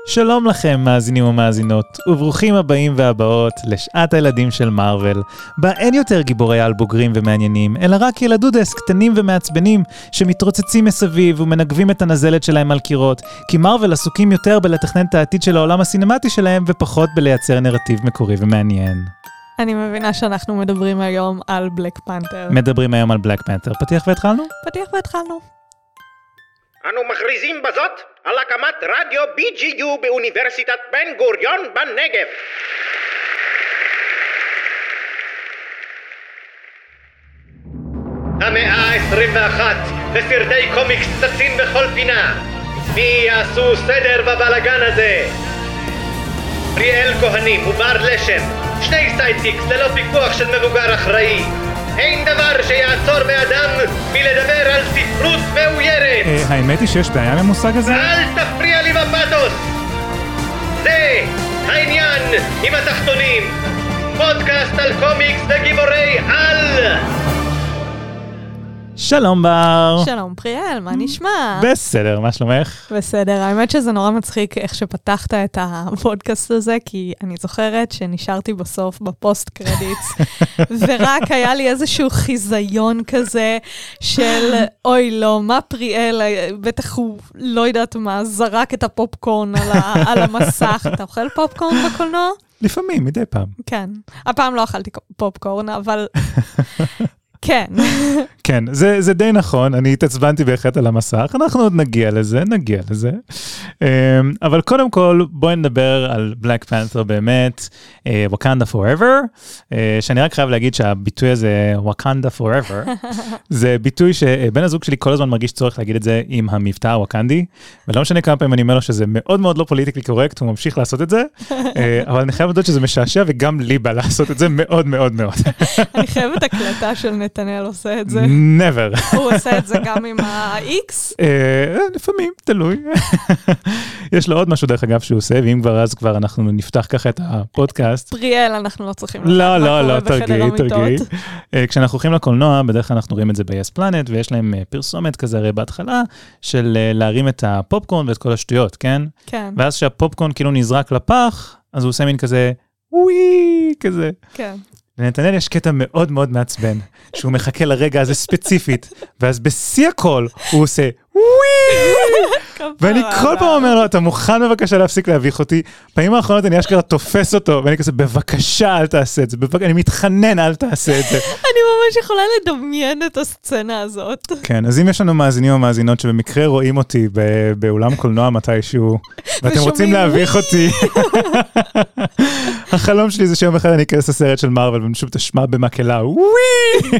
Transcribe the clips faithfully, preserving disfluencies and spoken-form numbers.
שלום לכם מאזינים ומאזינות, וברוכים הבאים והבאות לשעת הילדים של מארוול, בה אין יותר גיבורי על בוגרים ומעניינים, אלא רק ילדודס קטנים ומעצבנים שמתרוצצים מסביב ומנגבים את הנזלת שלהם על קירות, כי מארוול עסוקים יותר בלתכנן את העתיד של העולם הסינמטי שלהם ופחות בלייצר נרטיב מקורי ומעניין. אני מבינה שאנחנו מדברים היום על בלק פנתר. מדברים היום על בלק פנתר. פתיח והתחלנו? פתיח והתחלנו. אנו מכריזים בזאת על הקמת רדיו בי ג'י יו באוניברסיטת בן גוריון בנגב. המאה ה-עשרים ואחת וסרטי קומיקס צצים בכל פינה. מי יעשו סדר בבלגן הזה? פריאל כהנים ובר לשם, שני סיידקיקס ללא פיקוח של מבוגר אחראי. אין דבר שיעצור באדם מלדבר על ספרות מאוירת. האמת היא שיש בעיה למושג הזה? אל תפריע לי בפאתוס. זה העניין עם התחתונים. פודקאסט על קומיקס וגיבורי על. שלום בר. שלום פריאל, מה נשמע? בסדר, מה שלומך? בסדר, האמת שזה נורא מצחיק איך שפתחת את הפודקאסט הזה, כי אני זוכרת שנשארתי בסוף בפוסט קרדיטס, ורק היה לי איזשהו חיזיון כזה של, אוי לא, מה פריאל, בטח הוא לא יודעת מה, זרק את הפופקורן על, ה- על המסך. אתה אוכל פופקורן בקולנוע? לפעמים, מדי פעם. כן. הפעם לא אכלתי פופקורן, אבל... כן. כן, זה, זה די נכון, אני התעצבנתי בהחלט על המסך, אנחנו עוד נגיע לזה, נגיע לזה. אבל קודם כל, בואי נדבר על בלק פנת'ר באמת, Wakanda Forever, שאני רק חייב להגיד שהביטוי הזה, Wakanda Forever, זה ביטוי שבן הזוג שלי כל הזמן מרגיש צורך להגיד את זה עם המבטא הווקנדי, ולא משנה כמה פעמים אני אומר לו שזה מאוד מאוד לא פוליטיקלי קורקט, הוא ממשיך לעשות את זה, אבל אני חייב לדעת שזה משעשע, וגם לי בא לעשות את זה מאוד מאוד מאוד. אני חייבת הקלטה של נתנאל עושה את זה. never. הוא עושה את זה גם עם ה-X? לפעמים, תלוי. יש לו עוד משהו דרך אגב שהוא עושה, ואם כבר אז כבר אנחנו נפתח ככה את הפודקאסט. פריאל, אנחנו לא צריכים לא, לא, לא, תרגיעי, תרגיעי. כשאנחנו הולכים לקולנוע, בדרך כלל אנחנו רואים את זה ב-Yes Planet, ויש להם פרסומת כזה הרי בהתחלה, של להרים את הפופקורן ואת כל השטויות, כן? כן. ואז שהפופקורן כאילו נזרק לפח, אז הוא עושה מין כזה, וואי, כזה. כן. לנתנאל יש קטע מאוד מאוד מעצבן, שהוא מחכה לרגע הזה ספציפית, ואז בשיא הכל הוא עושה וואי! ואני כל פעם אומר לו, אתה מוכן בבקשה להפסיק להביך אותי? פעמים האחרונות אני אשכרה תופס אותו, ואני כזה, בבקשה אל תעשה את זה, אני מתחנן אל תעשה את זה. אני ממש יכולה לדמיין את הסצנה הזאת. כן, אז אם יש לנו מאזינים או מאזינות שבמקרה רואים אותי באולם קולנוע מתישהו, ואתם רוצים להביך אותי, החלום שלי זה שיום אחד אני אכנס לסרט של מארוול, ונשוב תשמע במקהלה, וואי!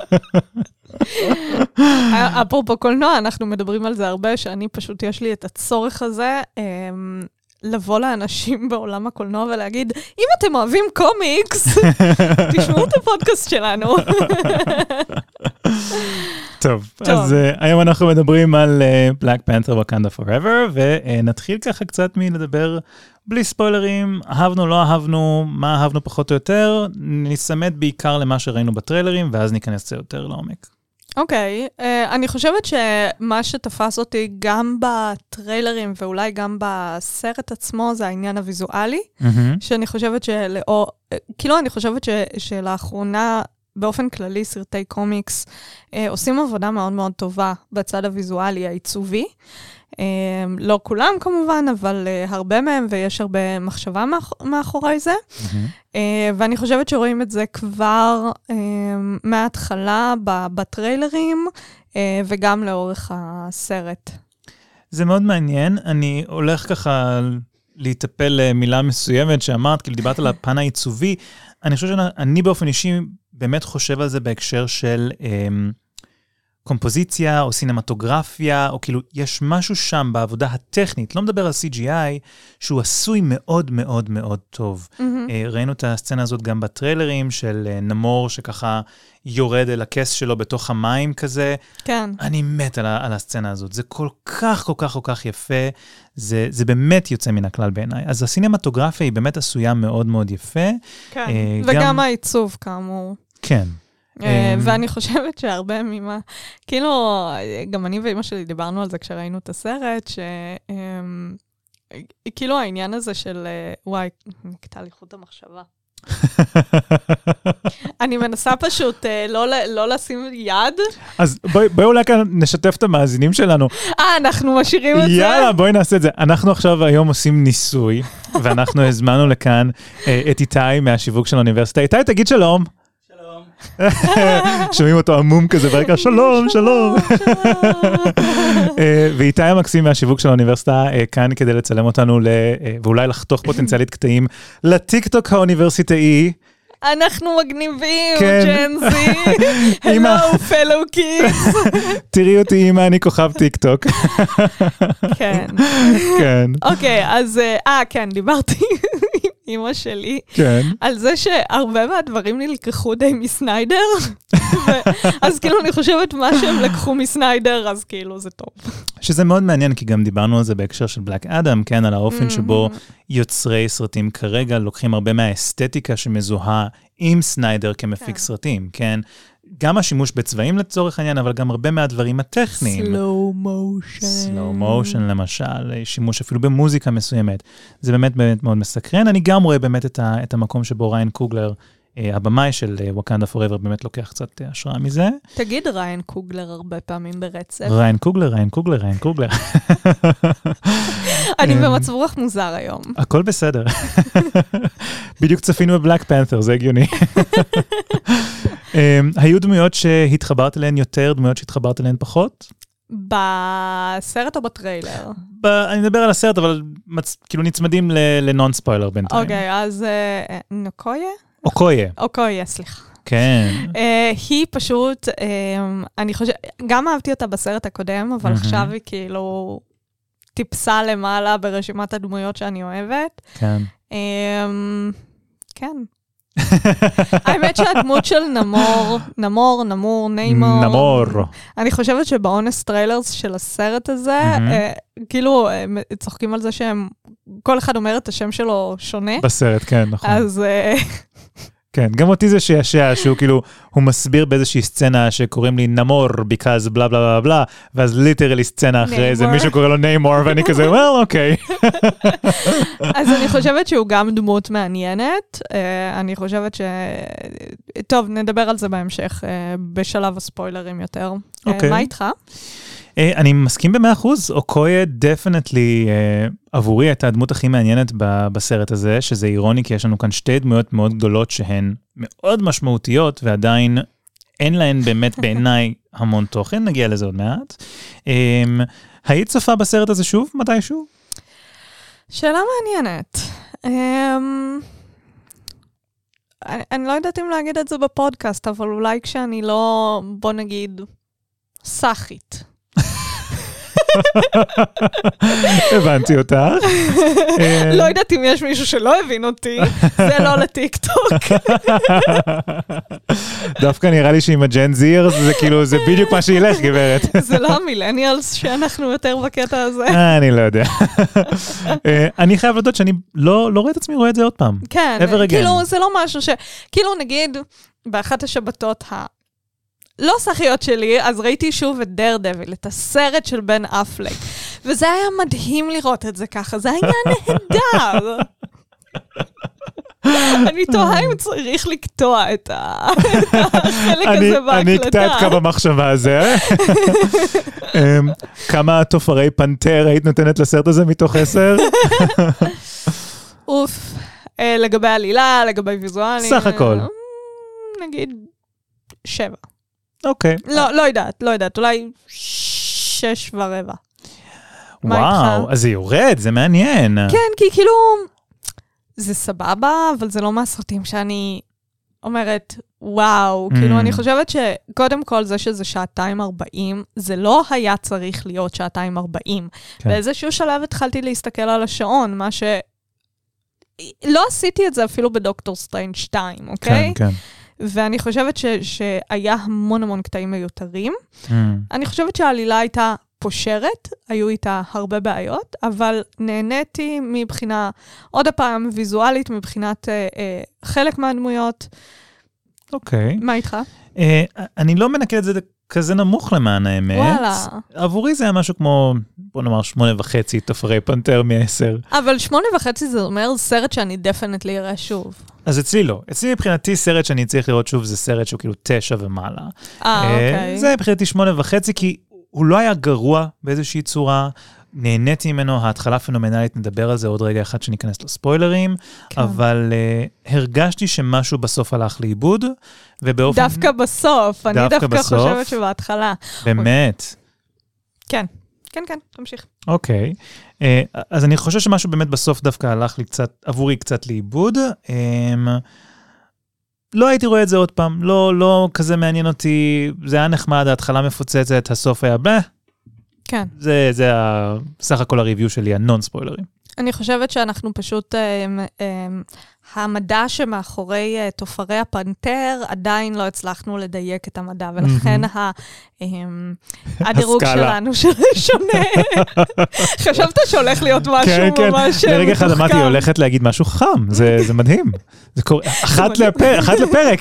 אפרופו קולנוע, אנחנו מדברים על זה הרבה, שאני פשוט יש לי את הצורך הזה, לבוא לאנשים בעולם הקולנוע ולהגיד, אם אתם אוהבים קומיקס, תשמעו את הפודקאסט שלנו. טוב, אז היום אנחנו מדברים על Black Panther Wakanda Forever, ונתחיל ככה קצת מלדבר בלי ספוילרים, אהבנו, לא אהבנו, מה אהבנו פחות או יותר, נסמד בעיקר למה שראינו בטריילרים, ואז ניכנס קצת יותר לעומק. אוקיי, okay, uh, אני חושבת שמה שתפס אותי גם בטריילרים ואולי גם בסרט עצמו זה העניין הוויזואלי, mm-hmm. שאני חושבת שלאו, כאילו אני חושבת ש, שלאחרונה באופן כללי סרטי קומיקס uh, עושים עבודה מאוד מאוד טובה בצד הוויזואלי העיצובי, uh, לא כולם כמובן, אבל uh, הרבה מהם ויש הרבה מחשבה מאח, מאחורי זה. Mm-hmm. Uh, ואני חושבת שרואים את זה כבר uh, מההתחלה בטריילרים, uh, וגם לאורך הסרט. זה מאוד מעניין. אני הולך ככה להיטפל למילה מסוימת שאמרת, כאילו דיברת על הפן העיצובי. אני חושב שאני באופן אישי באמת חושב על זה בהקשר של um, קומפוזיציה או סינמטוגרפיה, או כאילו יש משהו שם בעבודה הטכנית, לא מדבר על סי ג'י איי, שהוא עשוי מאוד מאוד מאוד טוב. Mm-hmm. ראינו את הסצנה הזאת גם בטריילרים של נמור שככה יורד אל הכס שלו בתוך המים כזה. כן. אני מת על, על הסצנה הזאת. זה כל כך כל כך כל כך יפה. זה, זה באמת יוצא מן הכלל בעיניי. אז הסינמטוגרפיה היא באמת עשויה מאוד מאוד יפה. כן. וגם גם... העיצוב כאמור. כן. ואני חושבת שהרבה ממה, כאילו, גם אני ואמא שלי דיברנו על זה כשראינו את הסרט, כאילו העניין הזה של, וואי, נקטע לי חוט המחשבה. אני מנסה פשוט לא, לא לשים יד. אז בואי, בואי אולי כאן נשתף את המאזינים שלנו. אה, אנחנו משאירים את זה? יאללה, בואי נעשה את זה. אנחנו עכשיו היום עושים ניסוי, ואנחנו הזמנו לכאן את איתי מהשיווק של האוניברסיטה. איתי, תגיד שלום. שלום. שומעים אותו עמום כזה ברקע, שלום, שלום. ואיתי המקסים מהשיווק של האוניברסיטה כאן כדי לצלם אותנו, ואולי לחתוך פוטנציאלית קטעים לטיקטוק האוניברסיטאי. אנחנו מגניבים, ג'נזי. Hello, fellow kids. תראי אותי, אמא, אני כוכב טיקטוק. כן. כן. אוקיי, אז, אה, כן, דיברתי עם אמא שלי. כן. על זה שהרבה מהדברים נלקחו די מסניידר. אז כאילו אני חושבת מה שהם לקחו מסניידר, אז כאילו זה טוב. שזה מאוד מעניין, כי גם דיברנו על זה בהקשר של בלק אדם, כן, על האופן שבו יוצרי סרטים כרגע לוקחים הרבה מהאסתטיקה שמזוהה עם סניידר כמפיק סרטים, כן? גם השימוש בצבעים לצורך העניין, אבל גם הרבה מהדברים הטכניים. slow motion. slow motion למשל, שימוש אפילו במוזיקה מסוימת. זה באמת באמת מאוד מסקרן. אני גם רואה באמת את, ה, את המקום שבו ריין קוגלר, הבמאי של וואקנדה פוראבר, באמת לוקח קצת השראה מזה. תגיד ריין קוגלר הרבה פעמים ברצף. ריין קוגלר, ריין קוגלר, ריין קוגלר. אני במצב רוח מוזר היום. הכל בסדר. בדיוק צפינו בבלק פנת'ר, זה הגיוני. היו דמויות שהתחברת אליהן יותר, דמויות שהתחברת אליהן פחות? בסרט או בטריילר? אני מדבר על הסרט, אבל כאילו נצמדים לנון ספוילר בינתיים. אוקיי, אז נוקויה? אוקויה. אוקויה, סליחה. כן. היא פשוט, אני חושבת, גם אהבתי אותה בסרט הקודם, אבל עכשיו היא כאילו טיפסה למעלה ברשימת הדמויות שאני אוהבת. כן. כן. האמת שהדמות של נמור, נמור, נמור, ניימור. נמור. אני חושבת שבאונס טריילרס של הסרט הזה, כאילו, צוחקים על זה שהם, כל אחד אומר את השם שלו שונה. בסרט, כן, נכון. אז... כן, גם אותי זה שישע, שהוא כאילו, הוא מסביר באיזושהי סצנה שקוראים לי נמור, because בלה בלה בלה בלה, ואז ליטרלי סצנה אחרי זה, מישהו קורא לו ניימור, ואני כזה, well, אוקיי. אז אני חושבת שהוא גם דמות מעניינת, אני חושבת ש... טוב, נדבר על זה בהמשך, בשלב הספוילרים יותר. מה איתך? אני מסכים במאה אחוז, אוקויה דפנטלי עבורי הייתה הדמות הכי מעניינת בסרט הזה, שזה אירוני, כי יש לנו כאן שתי דמויות מאוד גדולות שהן מאוד משמעותיות, ועדיין אין להן באמת בעיניי המון תוכן, נגיע לזה עוד מעט. היית צופה בסרט הזה שוב? מתישהו? שאלה מעניינת. אני לא יודעת אם להגיד את זה בפודקאסט, אבל אולי כשאני לא, בוא נגיד, סחית. הבנתי אותך. לא יודעת אם יש מישהו שלא הבין אותי, זה לא לטיקטוק. דווקא נראה לי שעם הג'ן זיר, זה כאילו, זה בדיוק מה שילך, גברת. זה לא המילניאלס שאנחנו יותר בקטע הזה. אני לא יודע. אני חייב לדעת שאני לא רואה את עצמי, רואה את זה עוד פעם. כן, כאילו זה לא משהו ש... כאילו נגיד, באחת השבתות ה... לא שחיות שלי, אז ראיתי שוב את דרדביל, את הסרט של בן אפלק. וזה היה מדהים לראות את זה ככה, זה היה נהדר. אני תוהה אם צריך לקטוע את החלק הזה בהקלטה. אני אקטע את קו המחשבה הזה. כמה תופרי פנתר היית נותנת לסרט הזה מתוך עשר? אוף, לגבי עלילה, לגבי ויזואלים. סך הכל. נגיד שבע. אוקיי. לא, לא יודעת, לא יודעת, אולי שש ורבע. וואו, אז זה יורד, זה מעניין. כן, כי כאילו, זה סבבה, אבל זה לא מהסרטים שאני אומרת, וואו, כאילו אני חושבת שקודם כל זה שזה שעתיים ארבעים, זה לא היה צריך להיות שעתיים ארבעים. באיזשהו שלב התחלתי להסתכל על השעון, מה ש... לא עשיתי את זה אפילו בדוקטור סטריינג' שתיים, אוקיי? כן, כן. ואני חושבת ש, שהיה המון המון קטעים מיותרים. Mm. אני חושבת שהעלילה הייתה פושרת, היו איתה הרבה בעיות, אבל נהניתי מבחינה, עוד הפעם ויזואלית, מבחינת אה, אה, חלק מהדמויות. אוקיי. מה איתך? אה, אני לא מנקד את זה כזה נמוך למען האמת. וואלה. עבורי זה היה משהו כמו בוא נאמר שמונה וחצי תופרי פנתר מעשר. אבל שמונה וחצי זה אומר סרט שאני דפנטלי אראה שוב. אז אצלי לא. אצלי מבחינתי סרט שאני צריך לראות שוב זה סרט שהוא כאילו תשע ומעלה. אה, אוקיי. זה מבחינתי שמונה וחצי, כי הוא לא היה גרוע באיזושהי צורה, נהניתי ממנו, ההתחלה פנומנלית, נדבר על זה עוד רגע אחד שניכנס לספוילרים, כן. אבל uh, הרגשתי שמשהו בסוף הלך לאיבוד, ובאופן... דווקא בסוף, אני דווקא, דווקא בסוף, חושבת שבהתחלה. באמת. כן, כן, כן, תמשיך. אוקיי, uh, אז אני חושב שמשהו באמת בסוף דווקא הלך לי קצת, עבורי קצת לאיבוד, um, לא הייתי רואה את זה עוד פעם, לא, לא כזה מעניין אותי, זה היה נחמד, ההתחלה מפוצצת, הסוף היה בה, כן. זה, זה סך הכל הריוויו שלי, הנון ספוילרים. אני חושבת שאנחנו פשוט, אה, אה, המדע שמאחורי אה, תופרי הפנתר, עדיין לא הצלחנו לדייק את המדע, ולכן ה, אה, הדירוג שלנו שונה. חשבת שהולך להיות משהו כן, ממש מתוחכם. כן, לרגע אחד אמרתי, הולכת להגיד משהו חכם, זה, זה מדהים. זה קורה, אחת, לפר, אחת לפרק.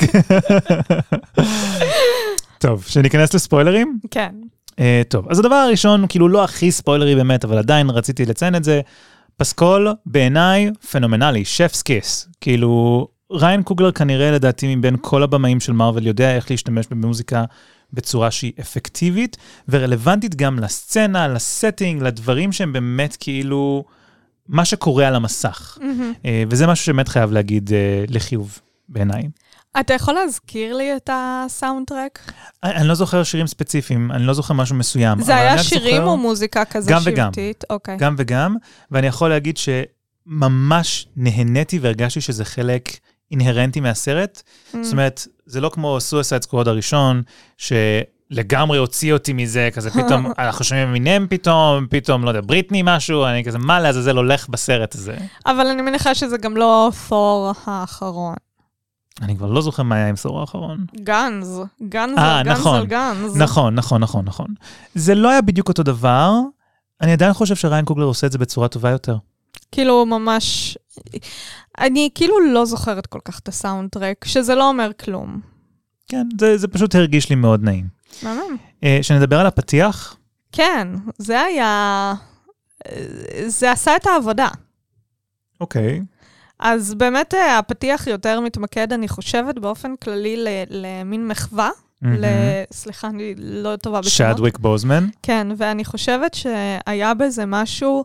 טוב, שניכנס לספוילרים? כן. Uh, טוב, אז הדבר הראשון, כאילו לא הכי ספוילרי באמת, אבל עדיין רציתי לציין את זה, פסקול בעיניי פנומנלי, שפס קיס. כאילו, ריין קוגלר כנראה לדעתי מבין כל הבמאים של מארוול יודע איך להשתמש במוזיקה בצורה שהיא אפקטיבית, ורלוונטית גם לסצנה, לסטינג, לדברים שהם באמת כאילו, מה שקורה על המסך. Mm-hmm. Uh, וזה משהו שבאמת חייב להגיד uh, לחיוב בעיניי. אתה יכול להזכיר לי את הסאונדטרק? אני, אני לא זוכר שירים ספציפיים, אני לא זוכר משהו מסוים. זה היה שירים זוכר... או מוזיקה כזה גם שבטית? וגם. אוקיי. גם וגם, ואני יכול להגיד שממש נהניתי והרגשתי שזה חלק אינהרנטי מהסרט. Mm. זאת אומרת, זה לא כמו Suicide Squad הראשון, שלגמרי הוציא אותי מזה, כזה פתאום, אנחנו שומעים אמינם פתאום, פתאום, לא יודע, בריטני משהו, אני כזה, מה לעזאזל הולך בסרט הזה? אבל אני מניחה שזה גם לא תור האחרון. אני כבר לא זוכר מה היה עם סור האחרון. גאנז, גאנז, 아, גאנז נכון, על גאנז. נכון, נכון, נכון, נכון. זה לא היה בדיוק אותו דבר, אני עדיין חושב שריין קוגלר עושה את זה בצורה טובה יותר. כאילו ממש, אני כאילו לא זוכרת כל כך את הסאונדטרק, שזה לא אומר כלום. כן, זה, זה פשוט הרגיש לי מאוד נעים. מהמם. אה, שנדבר על הפתיח? כן, זה היה, זה עשה את העבודה. אוקיי. אז באמת הפתיח יותר מתמקד, אני חושבת, באופן כללי למין מחווה. סליחה, אני לא טובה בשמות. שדוויק בוזמן. כן, ואני חושבת שהיה בזה משהו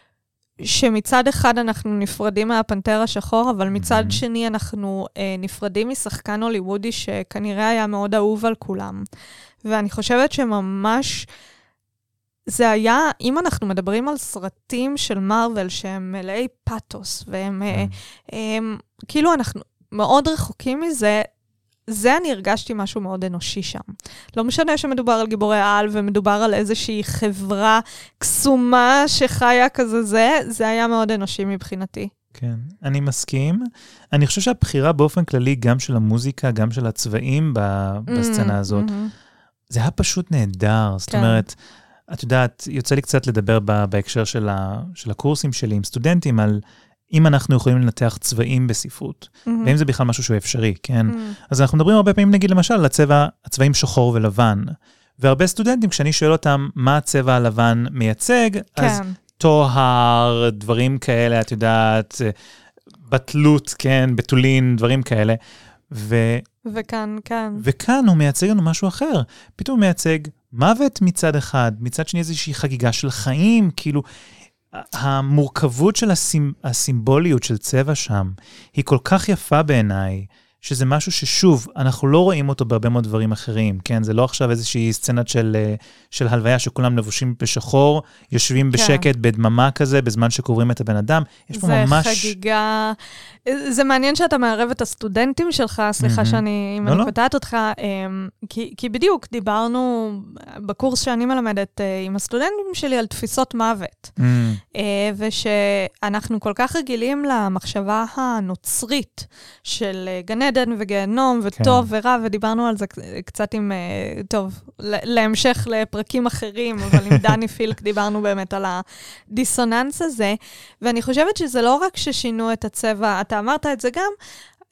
שמצד אחד אנחנו נפרדים מהפנתר השחור, אבל מצד שני אנחנו נפרדים משחקן הוליוודי שכנראה היה מאוד אהוב על כולם. ואני חושבת שממש... זה היה, אם אנחנו מדברים על סרטים של מארוול שהם מלאי פאטוס, והם, הם, הם, כאילו אנחנו מאוד רחוקים מזה, זה אני הרגשתי משהו מאוד אנושי שם. לא משנה שמדובר על גיבורי העל, ומדובר על איזושהי חברה קסומה שחיה כזה זה, זה היה מאוד אנושי מבחינתי. כן, אני מסכים. אני חושב שהבחירה באופן כללי, גם של המוזיקה, גם של הצבעים בסצנה הזאת, זה היה פשוט נהדר. זאת אומרת, את יודעת, יוצא לי קצת לדבר בהקשר של, ה, של הקורסים שלי עם סטודנטים, על אם אנחנו יכולים לנתח צבעים בספרות, mm-hmm. ואם זה בכלל משהו שהוא אפשרי, כן? Mm-hmm. אז אנחנו מדברים הרבה פעמים, נגיד למשל, על הצבע, הצבעים שחור ולבן, והרבה סטודנטים, כשאני שואל אותם מה הצבע הלבן מייצג, כן. אז תוהר, דברים כאלה, את יודעת, בטלות, כן, בטולין, דברים כאלה, ו... וכאן, כאן. וכאן הוא מייצג לנו משהו אחר. פתאום הוא מייצג מוות מצד אחד, מצד שני איזושהי חגיגה של חיים, כאילו, המורכבות של הסימ... הסימבוליות של צבע שם, היא כל כך יפה בעיניי, שזה משהו ששוב, אנחנו לא רואים אותו בהרבה מאוד דברים אחרים, כן? זה לא עכשיו איזושהי סצנת של, של הלוויה שכולם לבושים בשחור, יושבים בשקט, כן. בדממה כזה, בזמן שקוראים את הבן אדם. יש פה ממש... זה חגיגה... זה מעניין שאתה מערב את הסטודנטים שלך, סליחה mm-hmm. שאני, אם לא, אני לא. קוטעת אותך, כי, כי בדיוק דיברנו בקורס שאני מלמדת עם הסטודנטים שלי על תפיסות מוות, mm-hmm. ושאנחנו כל כך רגילים למחשבה הנוצרית של גן עדן וגיהנום וטוב כן. ורע, ודיברנו על זה קצת עם, טוב, להמשך לפרקים אחרים, אבל עם דני פילק דיברנו באמת על הדיסוננס הזה, ואני חושבת שזה לא רק ששינו את הצבע, אתה אמרת את זה גם,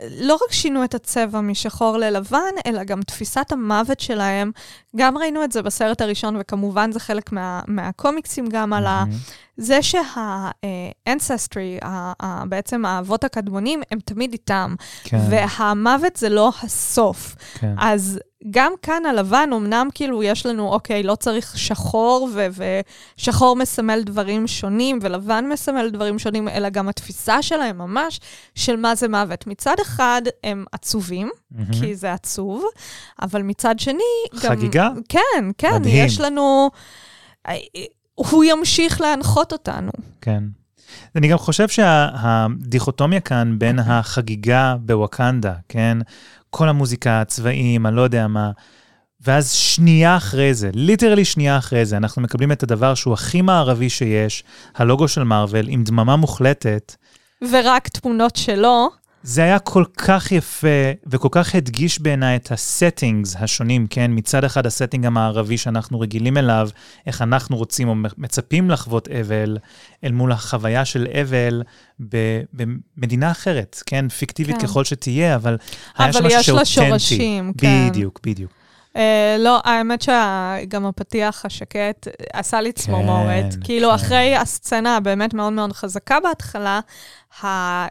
לא רק שינו את הצבע משחור ללבן, אלא גם תפיסת המוות שלהם. גם ראינו את זה בסרט הראשון, וכמובן זה חלק מה, מהקומיקסים גם על ה... זה שה-ancestry, בעצם האבות הקדמונים, הם תמיד איתם. כן. והמוות זה לא הסוף. כן. אז גם כאן הלבן, אמנם כאילו יש לנו, אוקיי, לא צריך שחור, ו- ושחור מסמל דברים שונים, ולבן מסמל דברים שונים, אלא גם התפיסה שלהם ממש, של מה זה מוות. מצד אחד, הם עצובים, mm-hmm. כי זה עצוב, אבל מצד שני... חגיגה? גם, כן, כן, מדהים. יש לנו... הוא ימשיך להנחות אותנו. כן. אני גם חושב שהדיכוטומיה כאן בין החגיגה בווקנדה, כן? כל המוזיקה, הצבעים, אני לא יודע מה, ואז שנייה אחרי זה, ליטרלי שנייה אחרי זה, אנחנו מקבלים את הדבר שהוא הכי מערבי שיש, הלוגו של מארוול, עם דממה מוחלטת. ורק תמונות שלו. זה היה כל כך יפה, וכל כך הדגיש בעיניי את הסטינגס השונים, כן? מצד אחד הסטינג המערבי שאנחנו רגילים אליו, איך אנחנו רוצים או מצפים לחוות אבל, אל מול החוויה של אבל במדינה אחרת, כן? פיקטיבית כן. ככל שתהיה, אבל היה שם משהו שאותנטי. אבל יש לה שורשים, כן. בדיוק, בדיוק. Uh, לא, האמת שגם הפתיח השקט עשה לי צמרמורת. כן, כאילו כן. אחרי הסצנה באמת מאוד מאוד חזקה בהתחלה, ה...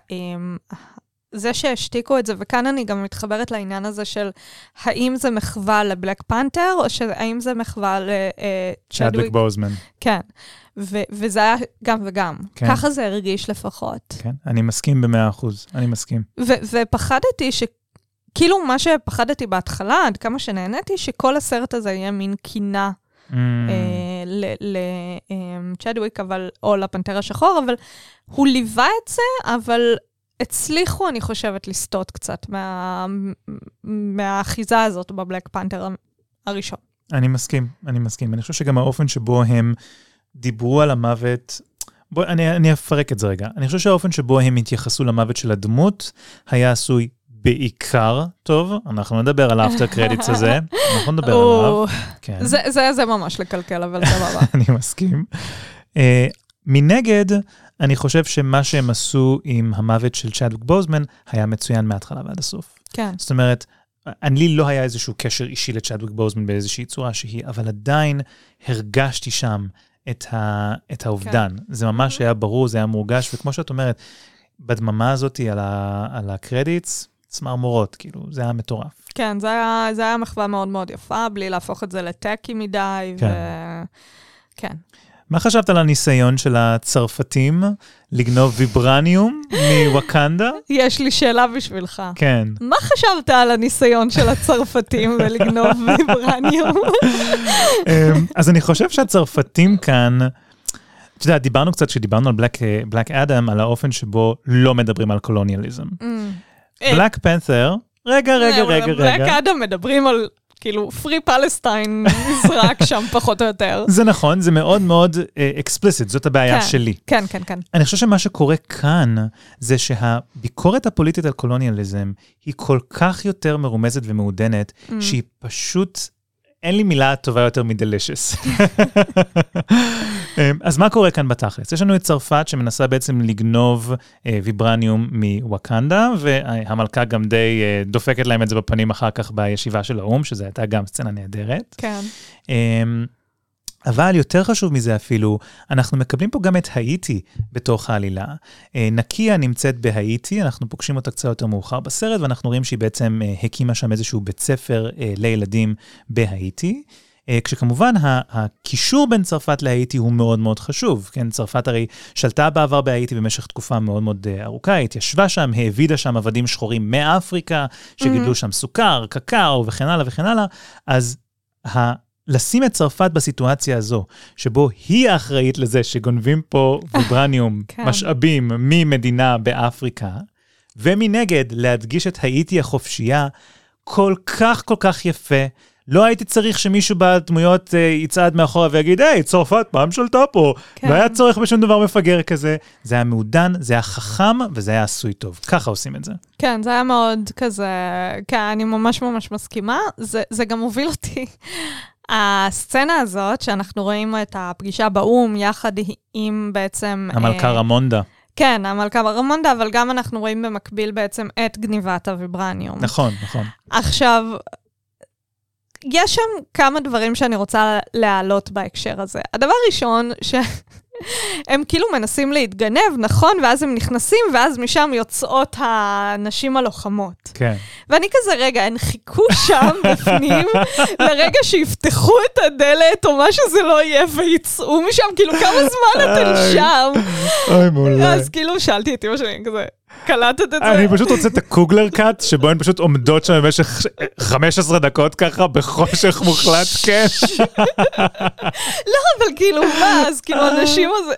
זה שהשתיקו את זה, וכאן אני גם מתחברת לעניין הזה של האם זה מחווה לבלק פנתר, או שהאם זה מחווה לצ'אדוויק בוזמן. כן, ו- וזה היה גם וגם. כן. ככה זה הרגיש לפחות. כן, אני מסכים במאה אחוז, אני מסכים. ו- ופחדתי ש... כאילו מה שפחדתי בהתחלה, עד כמה שנהניתי, שכל הסרט הזה יהיה מין קינה mm. אה, לצ'אדוויק, אבל, או לפנתר השחור, אבל הוא ליווה את זה, אבל... הצליחו, אני חושבת, לסטות קצת מה, מהאחיזה הזאת בבלק פנתר הראשון. אני מסכים, אני מסכים. אני חושב שגם האופן שבו הם דיברו על המוות, בוא, אני, אני אפרק את זה רגע. אני חושב שהאופן שבו הם התייחסו למוות של הדמות, היה עשוי בעיקר טוב. אנחנו נדבר על האפטר קרדיטס הזה. אנחנו נדבר עליו. כן. זה, זה, זה ממש לקלקל, אבל סבבה. אני מסכים. Uh, מנגד, אני חושב שמה שהם עשו עם המוות של צ'אדוויק בוזמן היה מצוין מההתחלה ועד הסוף. כן. זאת אומרת, אני לא היה איזשהו קשר אישי לצ'אדוויק בוזמן באיזושהי צורה שהיא, אבל עדיין הרגשתי שם את, ה, את האובדן. כן. זה ממש היה ברור, זה היה מורגש, וכמו שאת אומרת, בדממה הזאת על, ה, על הקרדיטס, צמרמורות, כאילו, זה היה מטורף. כן, זה היה, זה היה מחווה מאוד מאוד יפה, בלי להפוך את זה לטקי מדי, כן. ו... כן. מה חשבת על הניסיון של הצרפתים לגנוב ויברניום מווקנדה? יש לי שאלה בשבילך. כן. מה חשבת על הניסיון של הצרפתים ולגנוב ויברניום? אז אני חושב שהצרפתים כאן, אתה יודע, דיברנו קצת, כשדיברנו על בלק אדם, על האופן שבו לא מדברים על קולוניאליזם. בלק פנת'ר, רגע, רגע, רגע, רגע. בלק אדם מדברים על... כאילו, פרי פלסטיין נזרק שם פחות או יותר. זה נכון, זה מאוד מאוד אקספליסיט, זאת הבעיה שלי. כן, כן, כן. אני חושב שמה שקורה כאן, זה שהביקורת הפוליטית על קולוניאליזם, היא כל כך יותר מרומזת ומעודנת, שהיא פשוט, אין לי מילה טובה יותר מדלשס. אז מה קורה כאן בתכלס? יש לנו את צרפת שמנסה בעצם לגנוב אה, ויברניום מווקנדה, והמלכה גם די אה, דופקת להם את זה בפנים אחר כך בישיבה של האום, שזו הייתה גם סצנה נהדרת. כן. אה, אבל יותר חשוב מזה אפילו, אנחנו מקבלים פה גם את האיטי בתוך העלילה. אה, נקיה נמצאת בהאיטי, אנחנו פוגשים אותה קצת יותר מאוחר בסרט, ואנחנו רואים שהיא בעצם אה, הקימה שם איזשהו בית ספר אה, לילדים בהאיטי. כשכמובן הקישור בין צרפת להאיטי הוא מאוד מאוד חשוב, כן? צרפת הרי שלטה בעבר בהאיטי במשך תקופה מאוד מאוד ארוכה, התיישבה שם, העבידה שם עבדים שחורים מאפריקה, שגידלו שם סוכר, קקאו וכן הלאה וכן הלאה, אז ה... לשים את צרפת בסיטואציה הזו, שבו היא האחראית לזה שגונבים פה ויברניום, משאבים ממדינה באפריקה, ומנגד להדגיש את האיטי החופשייה, כל כך כל כך יפה, לא הייתי צריך שמישהו בדמויות יצעד מאחורה ויגיד, היי, צרפת, פעם שלטה פה. כן. לא היה צורך בשום דבר מפגר כזה. זה היה מעודן, זה היה חכם, וזה היה עשוי טוב. ככה עושים את זה. כן, זה היה מאוד כזה, כן, אני ממש ממש מסכימה. זה, זה גם הוביל אותי. הסצנה הזאת, שאנחנו רואים את הפגישה באום, יחד עם בעצם... המלכה רמונדה. כן, המלכה רמונדה, אבל גם אנחנו רואים במקביל בעצם את גניבת הוויברניום. נכון, נכון. עכשיו, יש שם כמה דברים שאני רוצה להעלות בהקשר הזה. הדבר הראשון, שהם כאילו מנסים להתגנב, נכון? ואז הם נכנסים, ואז משם יוצאות הנשים הלוחמות. כן. ואני כזה, רגע, הן חיכו שם בפנים, לרגע שיפתחו את הדלת, או מה שזה לא יהיה, ויצאו משם, כאילו, כמה זמן אתן שם? אוי, מעולה. אז כאילו, שאלתי את אמא שלי, כזה, קלטת את זה? אני פשוט רוצה את הקוגלר קאט, שבו הן פשוט עומדות שם במשך חמש עשרה דקות ככה, בחושך מוחלט, כן. לא, אבל כאילו, מה? אז כאילו, אנשים הזה...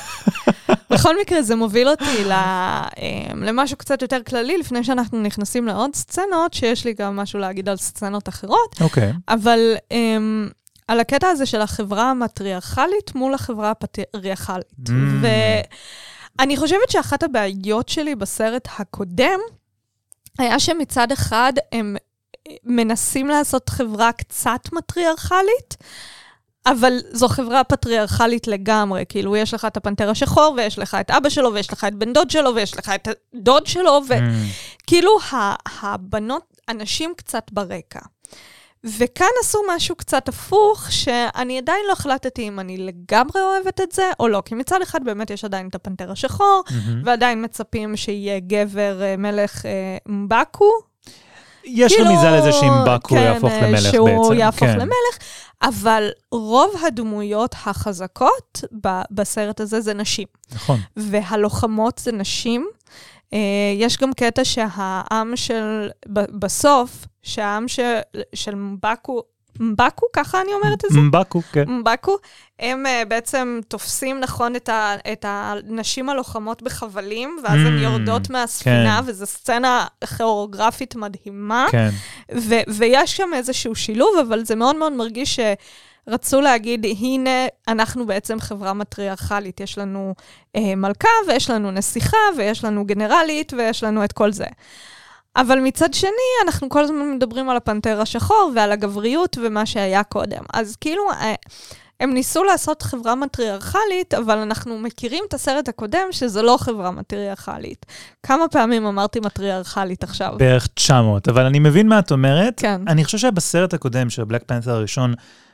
בכל מקרה, זה מוביל אותי למשהו קצת יותר כללי, לפני שאנחנו נכנסים לעוד סצנות, שיש לי גם משהו להגיד על סצנות אחרות. אוקיי. אבל על הקטע הזה של החברה המטריארכלית מול החברה הפטריארכלית. ואני חושבת שאחת הבעיות שלי בסרט הקודם, היה שמצד אחד הם מנסים לעשות חברה קצת מטריארכלית, אבל זו חברה פטריארכלית לגמרי, כאילו יש לך את הפנתר השחור, ויש לך את אבא שלו, ויש לך את בן דוד שלו, ויש לך את הדוד שלו, וכאילו הבנות, אנשים קצת ברקע. וכאן עשו משהו קצת הפוך, שאני עדיין לא החלטתי אם אני לגמרי אוהבת את זה, או לא, כי מצד אחד באמת יש עדיין את הפנתר השחור, ועדיין מצפים שיהיה גבר מלך מבקו, יש רמיזה לזה שאם בקו יהפוך למלך בעצם. שהוא יהפוך למלך, אבל רוב הדמויות החזקות בסרט הזה זה נשים. נכון. והלוחמות זה נשים. יש גם קטע שהעם של, בסוף, שהעם של מבקו, מבקו, ככה אני אומרת את זה? מבקו, כן. מבקו, הם בעצם תופסים נכון את, ה, את הנשים הלוחמות בחבלים, ואז הן יורדות מהספינה, וזו סצנה כיאורוגרפית מדהימה, כן. ו- ויש שם איזשהו שילוב, אבל זה מאוד מאוד מרגיש שרצו להגיד, הנה, אנחנו בעצם חברה מטריארכלית, יש לנו אה, מלכה, ויש לנו נסיכה, ויש לנו גנרלית, ויש לנו את כל זה. אבל מצד שני, אנחנו כל הזמן מדברים על הפנתר השחור, ועל הגבריות, ומה שהיה קודם. אז כאילו, הם ניסו לעשות חברה מטריארכלית, אבל אנחנו מכירים את הסרט הקודם, שזה לא חברה מטריארכלית. כמה פעמים אמרתי מטריארכלית עכשיו? בערך תשע מאות, אבל אני מבין מה את אומרת. כן. אני חושב שבסרט הקודם, של בלק פנת'ר הראשון,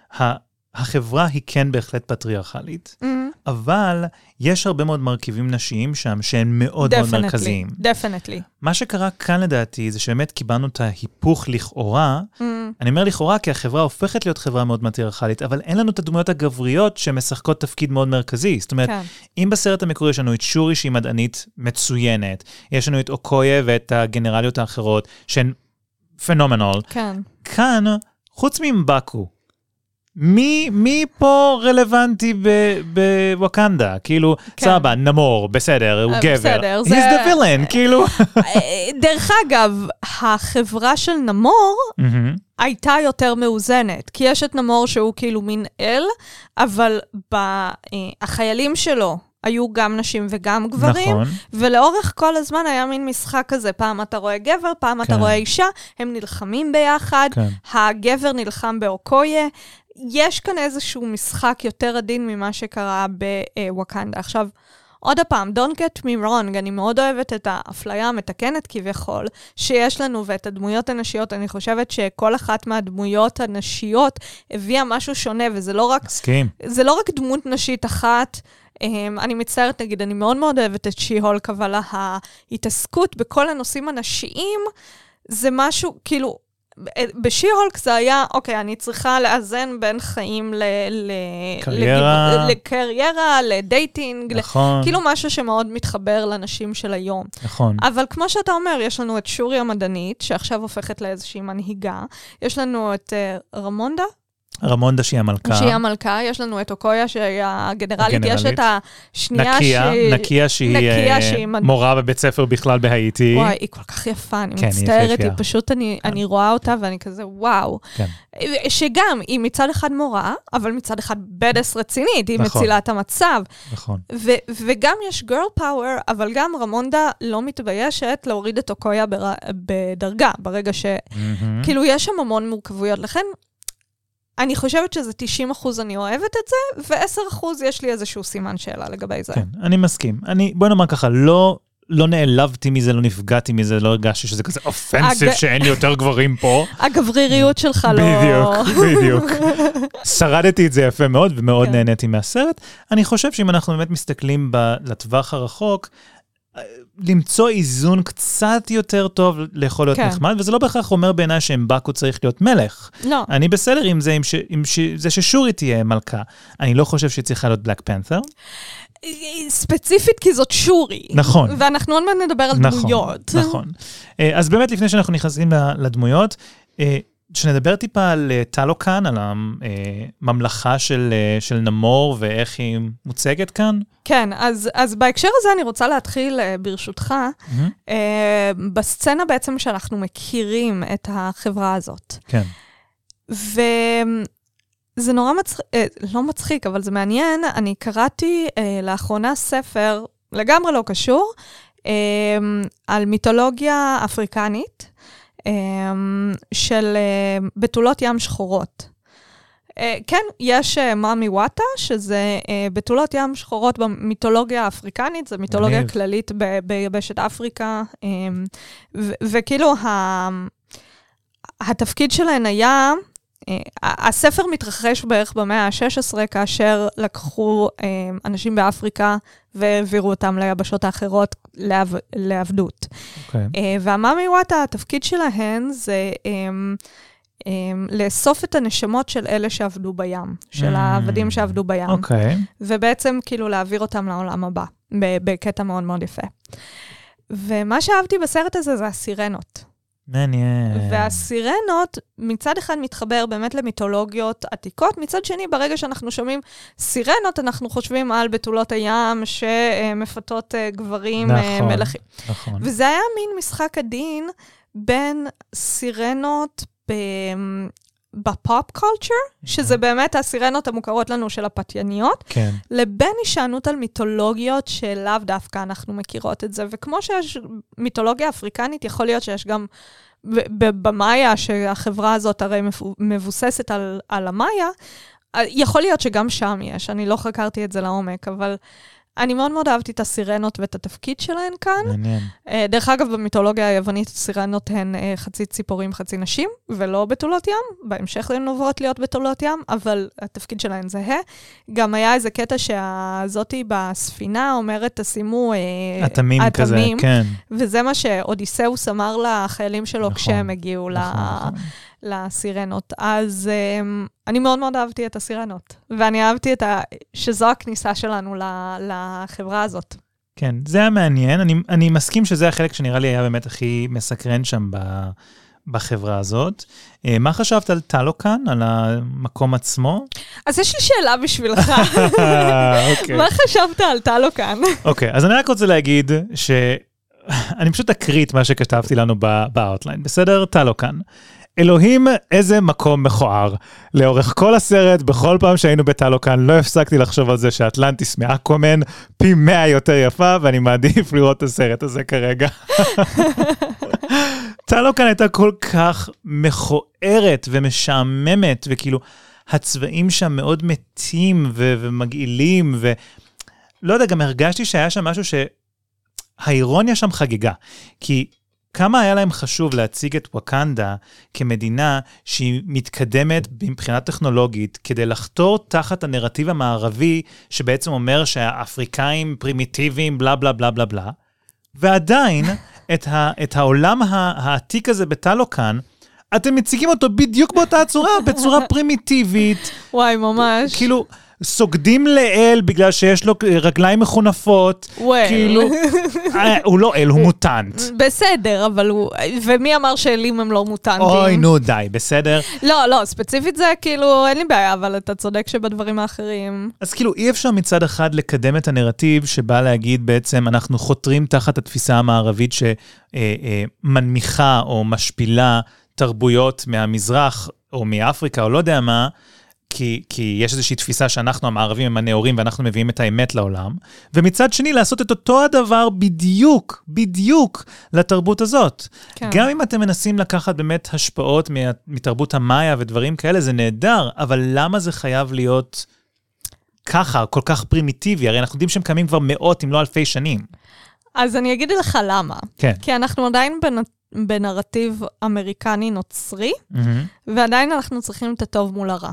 החברה היא כן בהחלט פטריארכלית, mm-hmm. אבל יש הרבה מאוד מרכיבים נשיים שם, שהם מאוד Definitely, מאוד מרכזיים. Definitely. מה שקרה כאן לדעתי, זה שבאמת קיבלנו את ההיפוך לכאורה, mm-hmm. אני אומר לכאורה, כי החברה הופכת להיות חברה מאוד מטריארכלית, אבל אין לנו את הדמויות הגבריות, שמשחקות תפקיד מאוד מרכזי. זאת אומרת, כן. אם בסרט המקורי יש לנו את שורי, שהיא מדענית מצוינת, יש לנו את אוקויה ואת הגנרליות האחרות, שהן פנומנל. כן. כאן, חוץ מבקו, מי, מי פה רלוונטי בווקנדה? כאילו, כן. סבא, נמור, בסדר, הוא גבר. בסדר, He's זה... the villain, כאילו. דרך אגב, החברה של נמור mm-hmm. הייתה יותר מאוזנת, כי יש את נמור שהוא כאילו מין אל, אבל החיילים שלו היו גם נשים וגם גברים, נכון. ולאורך כל הזמן היה מין משחק כזה, פעם אתה רואה גבר, פעם כן. אתה רואה אישה, הם נלחמים ביחד, כן. הגבר נלחם באוקויה, יש כאן איזשהו משחק יותר עדין ממה שקרה בווקנדה. עכשיו, עוד הפעם, don't get me wrong, אני מאוד אוהבת את האפליה המתקנת כביכול, שיש לנו ואת הדמויות הנשיות, אני חושבת שכל אחת מהדמויות הנשיות הביאה משהו שונה, וזה לא רק, מסכים. זה לא רק דמות נשית אחת, אני מצטערת, נגיד, אני מאוד מאוד אוהבת את שי-הולק, אבל ההתעסקות בכל הנושאים הנשיים, זה משהו, כאילו, בשי-הולק זה היה, אוקיי, אני צריכה לאזן בין חיים לקריירה, לדייטינג, נכון. כאילו משהו שמאוד מתחבר לנשים של היום. נכון. אבל כמו שאתה אומר, יש לנו את שורי המדענית, שעכשיו הופכת לאיזושהי מנהיגה, יש לנו את רמונדה, רמונדה שהיא המלכה. שהיא המלכה, יש לנו את אוקויה שהיא הגנרלית, יש את השנייה נקיה, שהיא... נקיה שהיא, נקיה שהיא מד... מורה בבית ספר בכלל בהאיטי. וואי, היא כל כך יפה, אני כן, מצטערת, היא, היא פשוט, אני, כן. אני רואה אותה ואני כזה, וואו. כן. שגם, היא מצד אחד מורה, אבל מצד אחד בדס רצינית, היא נכון. מצילה את המצב. נכון. ו- וגם יש girl power, אבל גם רמונדה לא מתביישת להוריד את אוקויה בר... בדרגה, ברגע ש... Mm-hmm. כאילו, יש שם המון מורכבויות, לכן... אני חושבת שזה תשעים אחוז אני אוהבת את זה, ו-עשרה אחוז יש לי איזשהו סימן שאלה לגבי זה. כן, אני מסכים. אני, בוא נאמר ככה, לא, לא נעלבתי מזה, לא נפגעתי מזה, לא הרגשתי שזה כזה אופנסיב שאין לי יותר גברים פה. הגבריריות שלך לא... בדיוק, בדיוק. שרדתי את זה יפה מאוד, ומאוד נהניתי מהסרט. אני חושב שאם אנחנו באמת מסתכלים לטווח הרחוק, למצוא איזון קצת יותר טוב ליכול להיות נחמד, וזה לא בהכרח אומר בעיניי שאמבקו צריך להיות מלך. לא. אני בסדר עם זה, עם זה ששורי תהיה מלכה. אני לא חושב שהיא צריכה להיות בלק פנת'ר. ספציפית כי זאת שורי. נכון. ואנחנו עוד מעט נדבר על דמויות. נכון. אז באמת לפני שאנחנו נכנסים לדמויות, שנדבר טיפה על טלוקן, על הממלכה של, של נמור ואיך היא מוצגת כאן. כן, אז, אז בהקשר הזה אני רוצה להתחיל ברשותך, mm-hmm. בסצנה בעצם שאנחנו מכירים את החברה הזאת. כן. וזה נורא מצחיק, לא מצחיק, אבל זה מעניין, אני קראתי לאחרונה ספר, לגמרי לא קשור, על מיתולוגיה אפריקנית, של בתולות ים שחורות. כן, יש מאמי וואטה, שזה בתולות ים שחורות במיתולוגיה האפריקנית, זה מיתולוגיה כללית ביבשת אפריקה, וכאילו התפקיד שלהן היה, הספר מתרחש בערך במאה ה-שש עשרה, כאשר לקחו אנשים באפריקה והעבירו אותם ליבשות האחרות לעבדות. והמאמי וואטה, התפקיד שלהן זה לאסוף את הנשמות של אלה שעבדו בים, של העבדים שעבדו בים. ובעצם כאילו להעביר אותם לעולם הבא, בקטע מאוד מאוד יפה. ומה שאהבתי בסרט הזה זה הסירנות. מעניין. והסירנות מצד אחד מתחבר באמת למיתולוגיות עתיקות, מצד שני ברגע שאנחנו שומעים סירנות, אנחנו חושבים על בתולות הים שמפתות גברים נכון, מלכים. נכון. וזה היה מין משחק הדין בין סירנות ב... בפופ קולצ'ר, שזה באמת הסירנות המוכרות לנו של הפתייניות, כן. לבין הישענות על מיתולוגיות שלאו דווקא אנחנו מכירות את זה. וכמו שיש מיתולוגיה אפריקנית, יכול להיות שיש גם במאיה, שהחברה הזאת הרי מבוססת על, על המאיה, יכול להיות שגם שם יש, אני לא חקרתי את זה לעומק, אבל אני מאוד מאוד אהבתי את הסירנות ואת התפקיד שלהן כאן. מעניין. דרך אגב, במיתולוגיה היוונית, הסירנות הן חצי ציפורים, חצי נשים, ולא בתולות ים. בהמשך הן עוברות להיות בתולות ים, אבל התפקיד שלהן זהה. גם היה איזה קטע שהזאתי בספינה אומרת, תשימו אטמים כזה, כן. וזה מה שאודיסאוס אמר לחיילים שלו נכון, כשהם הגיעו נכון, ל... נכון. לסירנות. אז um, אני מאוד מאוד אהבתי את הסירנות, ואני אהבתי את ה... שזו הכניסה שלנו לחברה הזאת. כן, זה היה מעניין. אני, אני מסכים שזה החלק שנראה לי היה באמת הכי מסקרן שם ב, בחברה הזאת. מה חשבת על טלוקן, על המקום עצמו? אז יש לי שאלה בשבילך. okay. מה חשבת על טלוקן? אוקיי, okay, אז אני רק רוצה להגיד ש... אני פשוט אקריא את מה שכתבתי לנו באוטליין. בסדר? טלוקן. אלוהים, איזה מקום מכוער. לאורך כל הסרט, בכל פעם שהיינו בטלוקן, לא הפסקתי לחשוב על זה שאטלנטיס מאקוואמן פי מאה יותר יפה, ואני מעדיף לראות את הסרט הזה כרגע. טלוקן הייתה כל כך מכוערת ומשעממת, וכאילו, הצבעים שם מאוד מתים ו- ומגעילים, ולא יודע, גם הרגשתי שהיה שם משהו שהאירוניה שם חגיגה, כי כמה היה להם חשוב להציג את ווקנדה כמדינה שהיא מתקדמת מבחינה טכנולוגית, כדי לחתור תחת הנרטיב המערבי, שבעצם אומר שהאפריקאים פרימיטיביים, בלה בלה בלה בלה בלה, ועדיין את, ה, את העולם העתיק הזה בטלוקן, אתם מציגים אותו בדיוק באותה צורה, בצורה פרימיטיבית. וואי, ממש. כאילו... סוגדים לאל בגלל שיש לו רגליים מחונפות, כאילו, הוא לא אל, הוא מוטנט. בסדר, אבל הוא, ומי אמר שאלים הם לא מוטנטים? אוי, נו, די, בסדר. לא, לא, ספציפית זה כאילו, אין לי בעיה, אבל אתה צודק שבדברים האחרים. אז כאילו, אי אפשר מצד אחד לקדם את הנרטיב שבא להגיד בעצם, אנחנו חותרים תחת התפיסה המערבית שמנמיכה או משפילה תרבויות מהמזרח או מאפריקה או לא יודע מה, כי, כי יש איזושהי תפיסה שאנחנו המערבים הם הנאורים, ואנחנו מביאים את האמת לעולם, ומצד שני לעשות את אותו הדבר בדיוק, בדיוק לתרבות הזאת. כן. גם אם אתם מנסים לקחת באמת השפעות מתרבות המאיה ודברים כאלה, זה נהדר, אבל למה זה חייב להיות ככה, כל כך פרימיטיבי? הרי אנחנו יודעים שהם קיימים כבר מאות, אם לא אלפי שנים. אז אני אגיד לך למה. כן. כי אנחנו עדיין בנרטיב אמריקני נוצרי, mm-hmm. ועדיין אנחנו צריכים את הטוב מול הרע.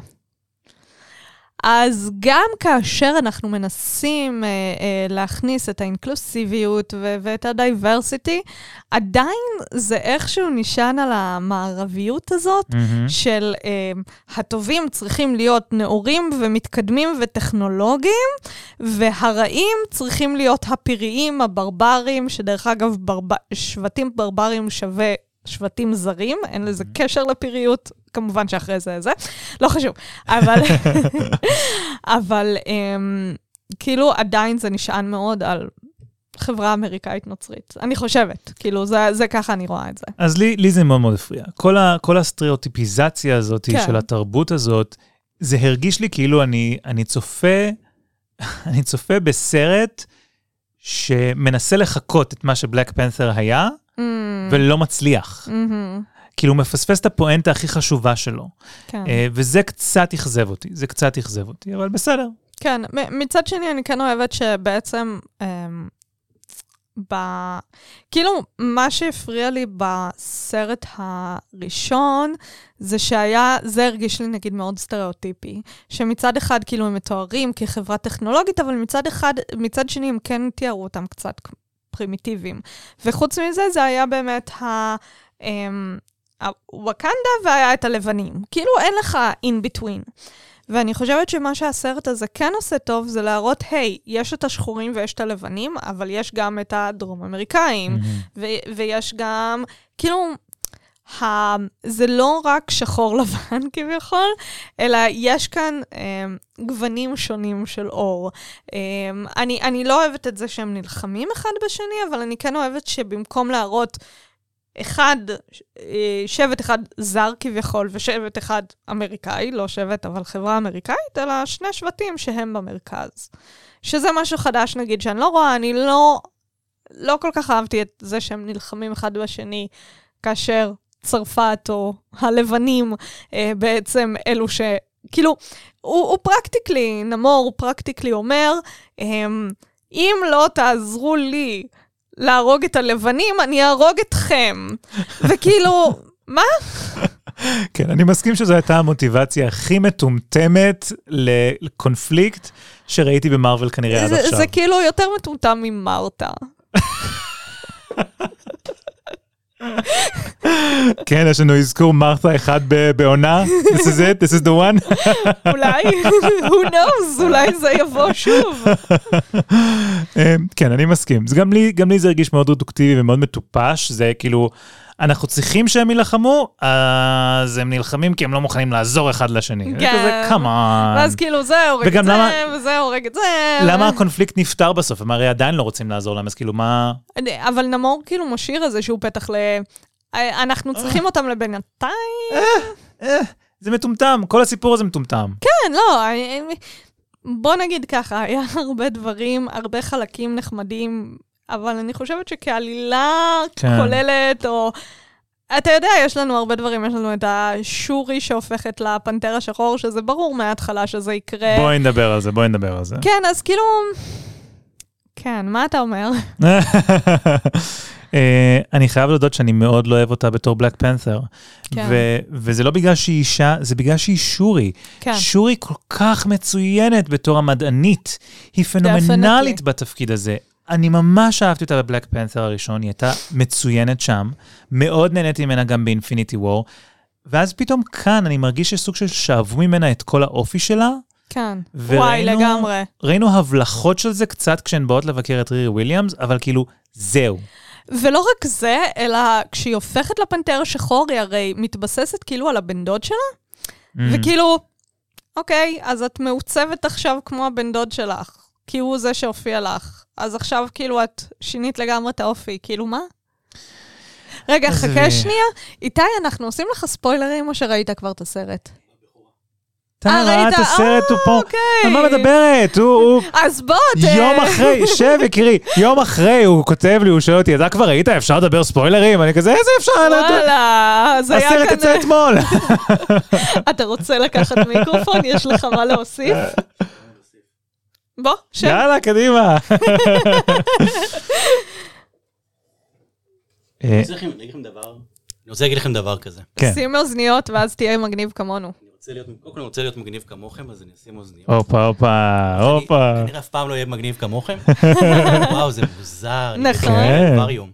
אז גם כאשר אנחנו מנסים אה, אה, להכניס את האינקלוסיביות ו- ואת הדייברסיטי, עדיין זה איכשהו נשען על המערביות הזאת, mm-hmm. של אה, הטובים צריכים להיות נאורים ומתקדמים וטכנולוגיים, והרעים צריכים להיות הפיריים, הברברים, שדרך אגב ברב... שבטים ברברים שווה שבטים זרים, אין לזה קשר לפיריות, כמובן שאחרי זה זה, לא חשוב, אבל, אבל um, כאילו עדיין זה נשען מאוד על חברה אמריקאית נוצרית. אני חושבת, כאילו זה, זה ככה אני רואה את זה. אז לי, לי זה מאוד מאוד הפריע. כל, ה, כל הסטריאוטיפיזציה הזאת כן. של התרבות הזאת, זה הרגיש לי כאילו אני, אני צופה, אני צופה בסרט שמנסה לחכות את מה שבלק פנת'ר היה, mm. ולא מצליח. Mm-hmm. כאילו הוא מפספס את הפואנטה הכי חשובה שלו. כן. וזה קצת יחזב אותי, זה קצת יחזב אותי, אבל בסדר. כן, מצד שני אני כן אוהבת שבעצם, ב... כאילו מה שהפריע לי בסרט הראשון, זה שהיה, זה הרגיש לי נגיד מאוד סטריאוטיפי, שמצד אחד כאילו הם מתוארים כחברה טכנולוגית, אבל מצד אחד, מצד שני הם כן תיארו אותם קצת פרימיטיביים. וחוץ מזה זה היה באמת ה... הווקנדה והיה את הלבנים. כאילו אין לך in between. ואני חושבת שמה שהסרט הזה כן עושה טוב, זה להראות, היי, יש את השחורים ויש את הלבנים, אבל יש גם את הדרום אמריקאים, mm-hmm. ו- ויש גם, כאילו, ה- זה לא רק שחור לבן כביכול, אלא יש כאן אה, גוונים שונים של אור. אה, אני, אני לא אוהבת את זה שהם נלחמים אחד בשני, אבל אני כן אוהבת שבמקום להראות אחד, שבט אחד זר כביכול, ושבט אחד אמריקאי, לא שבט, אבל חברה אמריקאית, אלא שני שבטים שהם במרכז. שזה משהו חדש, נגיד, שאני לא רואה, אני לא, לא כל כך אהבתי את זה שהם נלחמים אחד בשני, כאשר צרפת או הלבנים בעצם אלו ש... כאילו, הוא, הוא פרקטיקלי, נמור, הוא פרקטיקלי אומר, אם לא תעזרו לי, להרוג את הלבנים, אני ארוג אתכם. וכאילו, מה? כן, אני מסכים שזו הייתה המוטיבציה הכי מטומטמת לקונפליקט שראיתי במרוול כנראה עד עכשיו. זה כאילו יותר מטומטם ממרתה. כן, יש לנו אזכור מרתה אחד בעונה. This is it, this is the one. אולי, who knows, אולי זה יבוא שוב. כן, אני מסכים. גם לי, גם לי זה הרגיש מאוד רדוקטיבי ומאוד מטופש. זה כאילו, אנחנו צריכים שהם ילחמו, אז הם נלחמים כי הם לא מוכנים לעזור אחד לשני. כן. כזה, come on. ואז כאילו, זה הורג את זה, וזה הורג את זה. למה הקונפליקט נפתר בסוף? הם הרי עדיין לא רוצים לעזור להם, אז כאילו, מה... אבל נמור כאילו משאיר איזשהו פתח ל... אנחנו צריכים אותם לבינתיים. זה מטומטם, כל הסיפור הזה מטומטם. כן, לא, בוא נגיד ככה, היה הרבה דברים, הרבה חלקים נחמדים, אבל אני חושבת שכעלילה כוללת, או... אתה יודע, יש לנו הרבה דברים, יש לנו את השורי שהופכת לפנתר השחור, שזה ברור מההתחלה שזה יקרה. בואי נדבר על זה, בואי נדבר על זה. כן, אז כאילו... כן, מה אתה אומר? אני חייב להודות שאני מאוד לא אוהב אותה בתור בלק פנת'ר. וזה לא בגלל שהיא אישה, זה בגלל שהיא שורי. שורי כל כך מצוינת בתור המדענית. היא פנומנלית בתפקיד הזה. אני ממש אהבתי אותה בבלק פנת'ר הראשון, היא הייתה מצוינת שם. מאוד נהניתי ממנה גם באינפיניטי וור. ואז פתאום כאן אני מרגיש שסוג של שאבו ממנה את כל האופי שלה. כן, וואי, לגמרי. ראינו הבלחות של זה קצת כשהן באות לבקר את רירי וויליאמס, אבל כאילו, זהו. ולא רק זה, אלא כשהיא הופכת לפנתר השחור, היא הרי מתבססת כאילו על הבן דוד שלה, mm. וכאילו, אוקיי, אז את מעוצבת עכשיו כמו הבן דוד שלך, כי הוא זה שהופיע לך. אז עכשיו כאילו את שינית לגמרי את האופי, כאילו מה? רגע, חכה שנייה. איתי, אנחנו עושים לך ספוילרים או שראית כבר את הסרט? אתה ראה את הסרט, הוא פה, על מה מדברת? הוא... אז בוא, יום אחרי, שב יקרי, יום אחרי הוא כותב לי, הוא שואל אותי, אתה כבר ראית, אפשר לדבר ספוילרים? אני כזה, איזה אפשר? וואלה, זה היה כאן... הסרט יצא אתמול. אתה רוצה לקחת מיקרופון? יש לך מה להוסיף? בוא, שב. יאללה, קדימה. אני רוצה להגיד לכם דבר, אני רוצה להגיד לכם דבר כזה. שים אוזניות ואז תהיה מגניב כמונו. קודם כל אני רוצה להיות מגניב כמוכם, אז אני אשים אוזניות. הופה, הופה, הופה. כנראה אף פעם לא יהיה מגניב כמוכם. וואו, זה מוזר. נכון. כבר יום.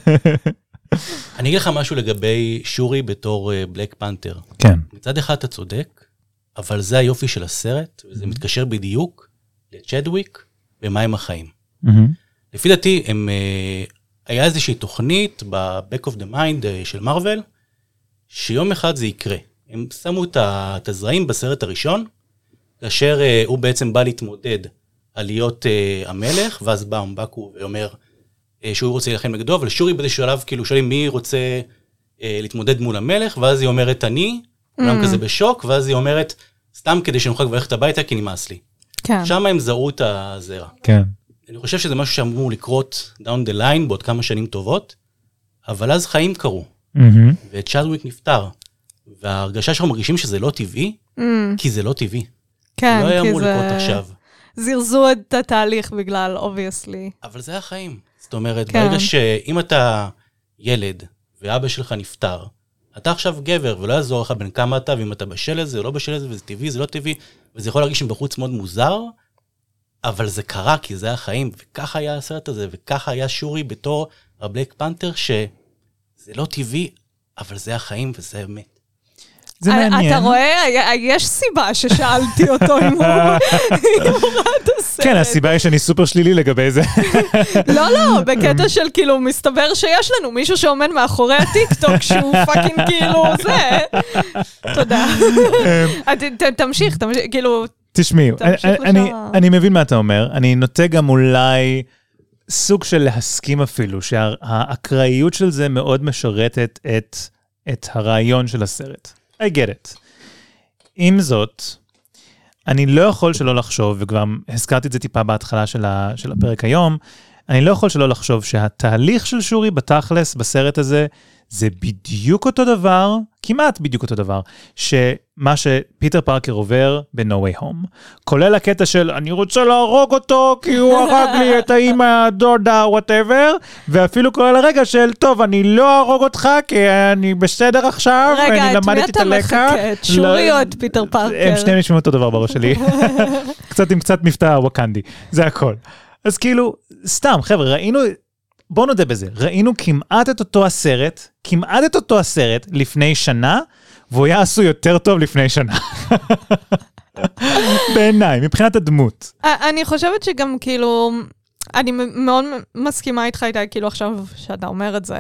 אני אגיד לך משהו לגבי שורי בתור בלק פנתר. כן. מצד אחד אתה צודק, אבל זה היופי של הסרט, וזה מתקשר בדיוק לצ'דוויק ומה עם החיים. לפי דעתי, היה איזושהי תוכנית ב-Back of the Mind של מרוול, שיום אחד זה יקרה. הם שמו את הזרעים בסרט הראשון, כאשר הוא בעצם בא להתמודד על להיות המלך, ואז בא אמבקו ואומר שהוא רוצה להילחם נגדו, אבל שורי באיזשהו שלב כאילו שואלים מי רוצה להתמודד מול המלך, ואז היא אומרת אני, כולם כזה בשוק, ואז היא אומרת סתם כדי שנוכל ללכת הביתה כי נמאס לי. שם הם זרעו את הזרע. כן. אני חושב שזה משהו שאמור לקרות down the line בעוד כמה שנים טובות, אבל אז חיים קרו, וצ'דוויק נפטר. וההרגשה שאנחנו מרגישים שזה לא טבעי, כי זה לא טבעי. כן, זה לא היה אמור לקרות עכשיו. זרזו את התהליך בגלל, obviously. אבל זה החיים. זאת אומרת, ברגע שאם אתה ילד, ואבא שלך נפטר, אתה עכשיו גבר, ולא יעזור לך בין כמה אתה, ואם אתה בשל לזה, או לא בשל לזה, וזה טבעי, זה לא טבעי, וזה יכול להרגיש מבחוץ מאוד מוזר, אבל זה קרה, כי זה החיים, וככה היה הסרט הזה, וככה היה שורי בתור הבלק פנתר, שזה לא טבעי, אבל זה החיים, וזה אמת. זה מעניין. אתה רואה, יש סיבה ששאלתי אותו אם הוא ראה את הסרט. כן, הסיבה היא שאני סופר שלילי לגבי זה. לא, לא, בקטע של כאילו, מסתבר שיש לנו מישהו שעומד מאחורי הטיקטוק, שהוא פאקינג כאילו זה. תודה. תמשיך, כאילו... תשמעי, אני מבין מה אתה אומר, אני נוטה גם אולי סוג של להסכים אפילו, שהאקראיות של זה מאוד משרתת את הרעיון של הסרט. I get it. עם זאת, אני לא יכול שלא לחשוב, וכבר הזכרתי את זה טיפה בהתחלה של, ה, של הפרק היום, אני לא יכול שלא לחשוב שהתהליך של שורי בתכלס בסרט הזה, זה בדיוק אותו דבר, כמעט בדיוק אותו דבר, שמה שפיטר פארקר עובר ב-No Way Home. כולל הקטע של, אני רוצה להרוג אותו, כי הוא הרג לי את האמא, דודה, whatever, ואפילו כולל הרגע של, טוב, אני לא אהרוג אותך, כי אני בסדר עכשיו, רגע, אני למדתי את הלקח. רגע, את מי אתה מחכה? את שורי או את פיטר פארקר? הם שניהם נשמעו אותו דבר בראש שלי. קצת עם קצת מבטא ווקנדי, זה הכל. אז כאילו, סתם, חבר'ה, ראינו... בואו נודה בזה, ראינו כמעט את אותו הסרט, כמעט את אותו הסרט לפני שנה, והוא היה עשוי יותר טוב לפני שנה. בעיניי, מבחינת הדמות. אני חושבת שגם כאילו, אני מאוד מסכימה איתך איתי, כאילו עכשיו שאתה אומר את זה,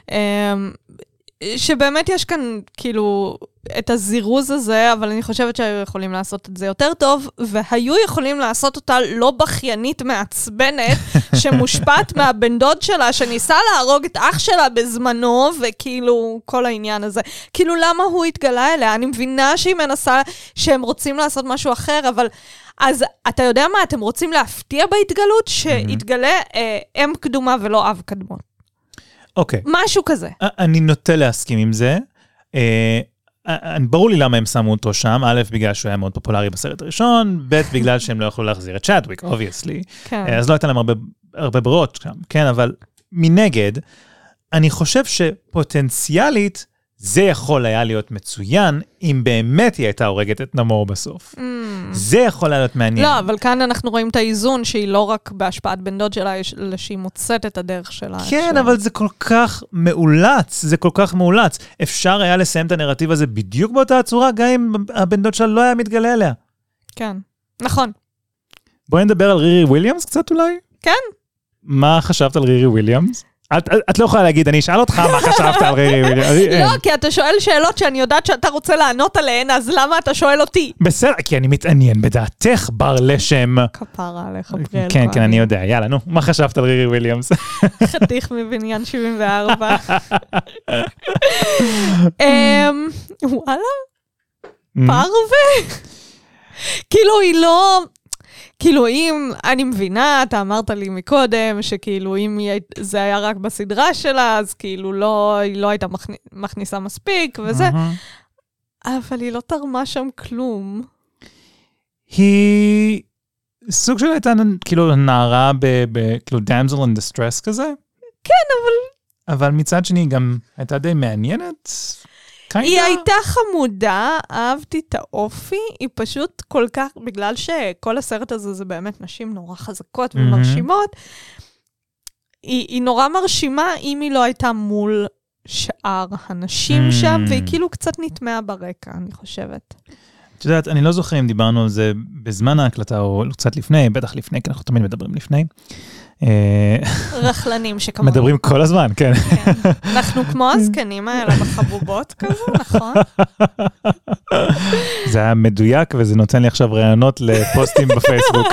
שבאמת יש כאן כאילו את הזירוז הזה, אבל אני חושבת שהיו יכולים לעשות את זה יותר טוב, והיו יכולים לעשות אותה לא בכיינית מעצבנת, שמושפעת מהבן דוד שלה, שניסה להרוג את אח שלה בזמנו, וכאילו כל העניין הזה. כאילו למה הוא התגלה אליה? אני מבינה שהיא מנסה, שהם רוצים לעשות משהו אחר, אבל... אז אתה יודע מה? אתם רוצים להפתיע בהתגלות, שהתגלה אה, אם קדומה ולא אב קדמון. אוקיי. משהו כזה. אני נוטה להסכים עם זה. ברור לי למה הם שמו אותו שם, א', בגלל שהוא היה מאוד פופולרי בסרט הראשון, ב', בגלל שהם לא יכלו להחזיר את צ'דוויק, obviously. אז לא הייתה להם הרבה ברירות שם, כן? אבל מנגד, אני חושב שפוטנציאלית, זה יכול היה להיות מצוין, אם באמת היא הייתה הורגת את נמור בסוף. זה יכול היה להיות מעניין. לא, אבל כאן אנחנו רואים את האיזון, שהיא לא רק בהשפעת בן דוד שלה, אלא שהיא מוצאת את הדרך שלה. כן, אבל זה כל כך מאולץ, זה כל כך מאולץ. אפשר היה לסיים את הנרטיב הזה בדיוק באותה הצורה, גם אם הבן דוד שלה לא היה מתגלה אליה. כן, נכון. בואי נדבר על רירי וויליאמס קצת אולי? כן. מה חשבת על רירי וויליאמס? את, את לא יכולה להגיד, אני אשאל אותך מה חשבת על רירי וויליאמס. לא, כי אתה שואל שאלות שאני יודעת שאתה רוצה לענות עליהן, אז למה אתה שואל אותי? בסדר, כי אני מתעניין בדעתך, בר לשם. כפרה עליך, בריאל. כן, כן, אני יודע. יאללה, נו, מה חשבת על רירי וויליאמס? חתיך מבניין שבעים וארבע. וואלה? פרווה? כאילו היא לא... כאילו אם, אני מבינה, אתה אמרת לי מקודם, שכאילו אם זה היה רק בסדרה שלה, אז כאילו לא, היא לא הייתה מכניס, מכניסה מספיק וזה, אבל היא לא תרמה שם כלום. היא סוג של הייתה כאילו נערה ב, ב, כאילו damsel in distress כזה. כן, אבל... אבל מצד שני גם הייתה די מעניינת. היא הייתה חמודה, אהבתי את האופי, היא פשוט כל כך, בגלל שכל הסרט הזה זה באמת נשים נורא חזקות ומרשימות, היא, היא נורא מרשימה אם היא לא הייתה מול שאר הנשים שם, והיא כאילו קצת נטמעה ברקע, אני חושבת. את יודעת, אני לא זוכר אם דיברנו על זה בזמן ההקלטה או קצת לפני, בטח לפני, כי אנחנו תמיד מדברים לפני. רכלנים שכמובן. מדברים כל הזמן, כן. אנחנו כמו הזקנים האלה בחבובות כזה, נכון? זה היה מדויק, וזה נותן לי עכשיו רעיונות לפוסטים בפייסבוק.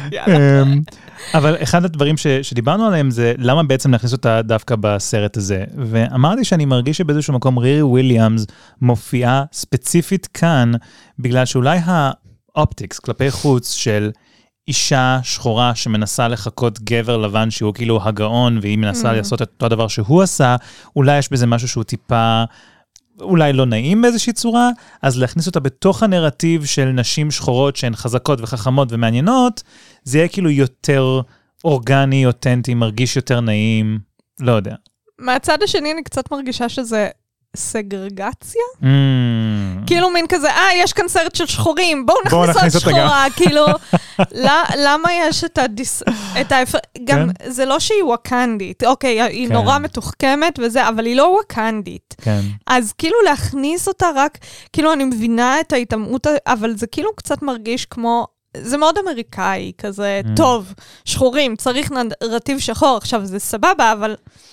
אבל אחד הדברים שדיברנו עליהם זה למה בעצם להכניס אותה דווקא בסרט הזה. ואמרתי שאני מרגיש שבאיזשהו מקום רירי וויליאמס מופיעה ספציפית כאן, בגלל שאולי האופטיקס כלפי חוץ של אישה שחורה שמנסה לחכות גבר לבן שהוא כאילו הגאון, והיא מנסה mm. לעשות את אותו הדבר שהוא עשה, אולי יש בזה משהו שהוא טיפה, אולי לא נעים באיזושהי צורה, אז להכניס אותה בתוך הנרטיב של נשים שחורות שהן חזקות וחכמות ומעניינות, זה יהיה כאילו יותר אורגני, אותנטי, מרגיש יותר נעים, לא יודע. מהצד השני אני קצת מרגישה שזה סגרגציה? Mm. כאילו מין כזה, אה, יש כאן סרט של שחורים, בואו נכניס, בוא נכניס עוד שחורה, כאילו, למה יש את הדיס... את האפ... גם, כן? זה לא שהיא ווקנדית, אוקיי, היא כן. נורא מתוחכמת וזה, אבל היא לא ווקנדית. כן. אז כאילו להכניס אותה רק, כאילו אני מבינה את ההתאמות, אבל זה כאילו קצת מרגיש כמו, זה מאוד אמריקאי, כזה, mm. טוב, שחורים, צריך נרטיב שחור, עכשיו זה סבבה, אבל...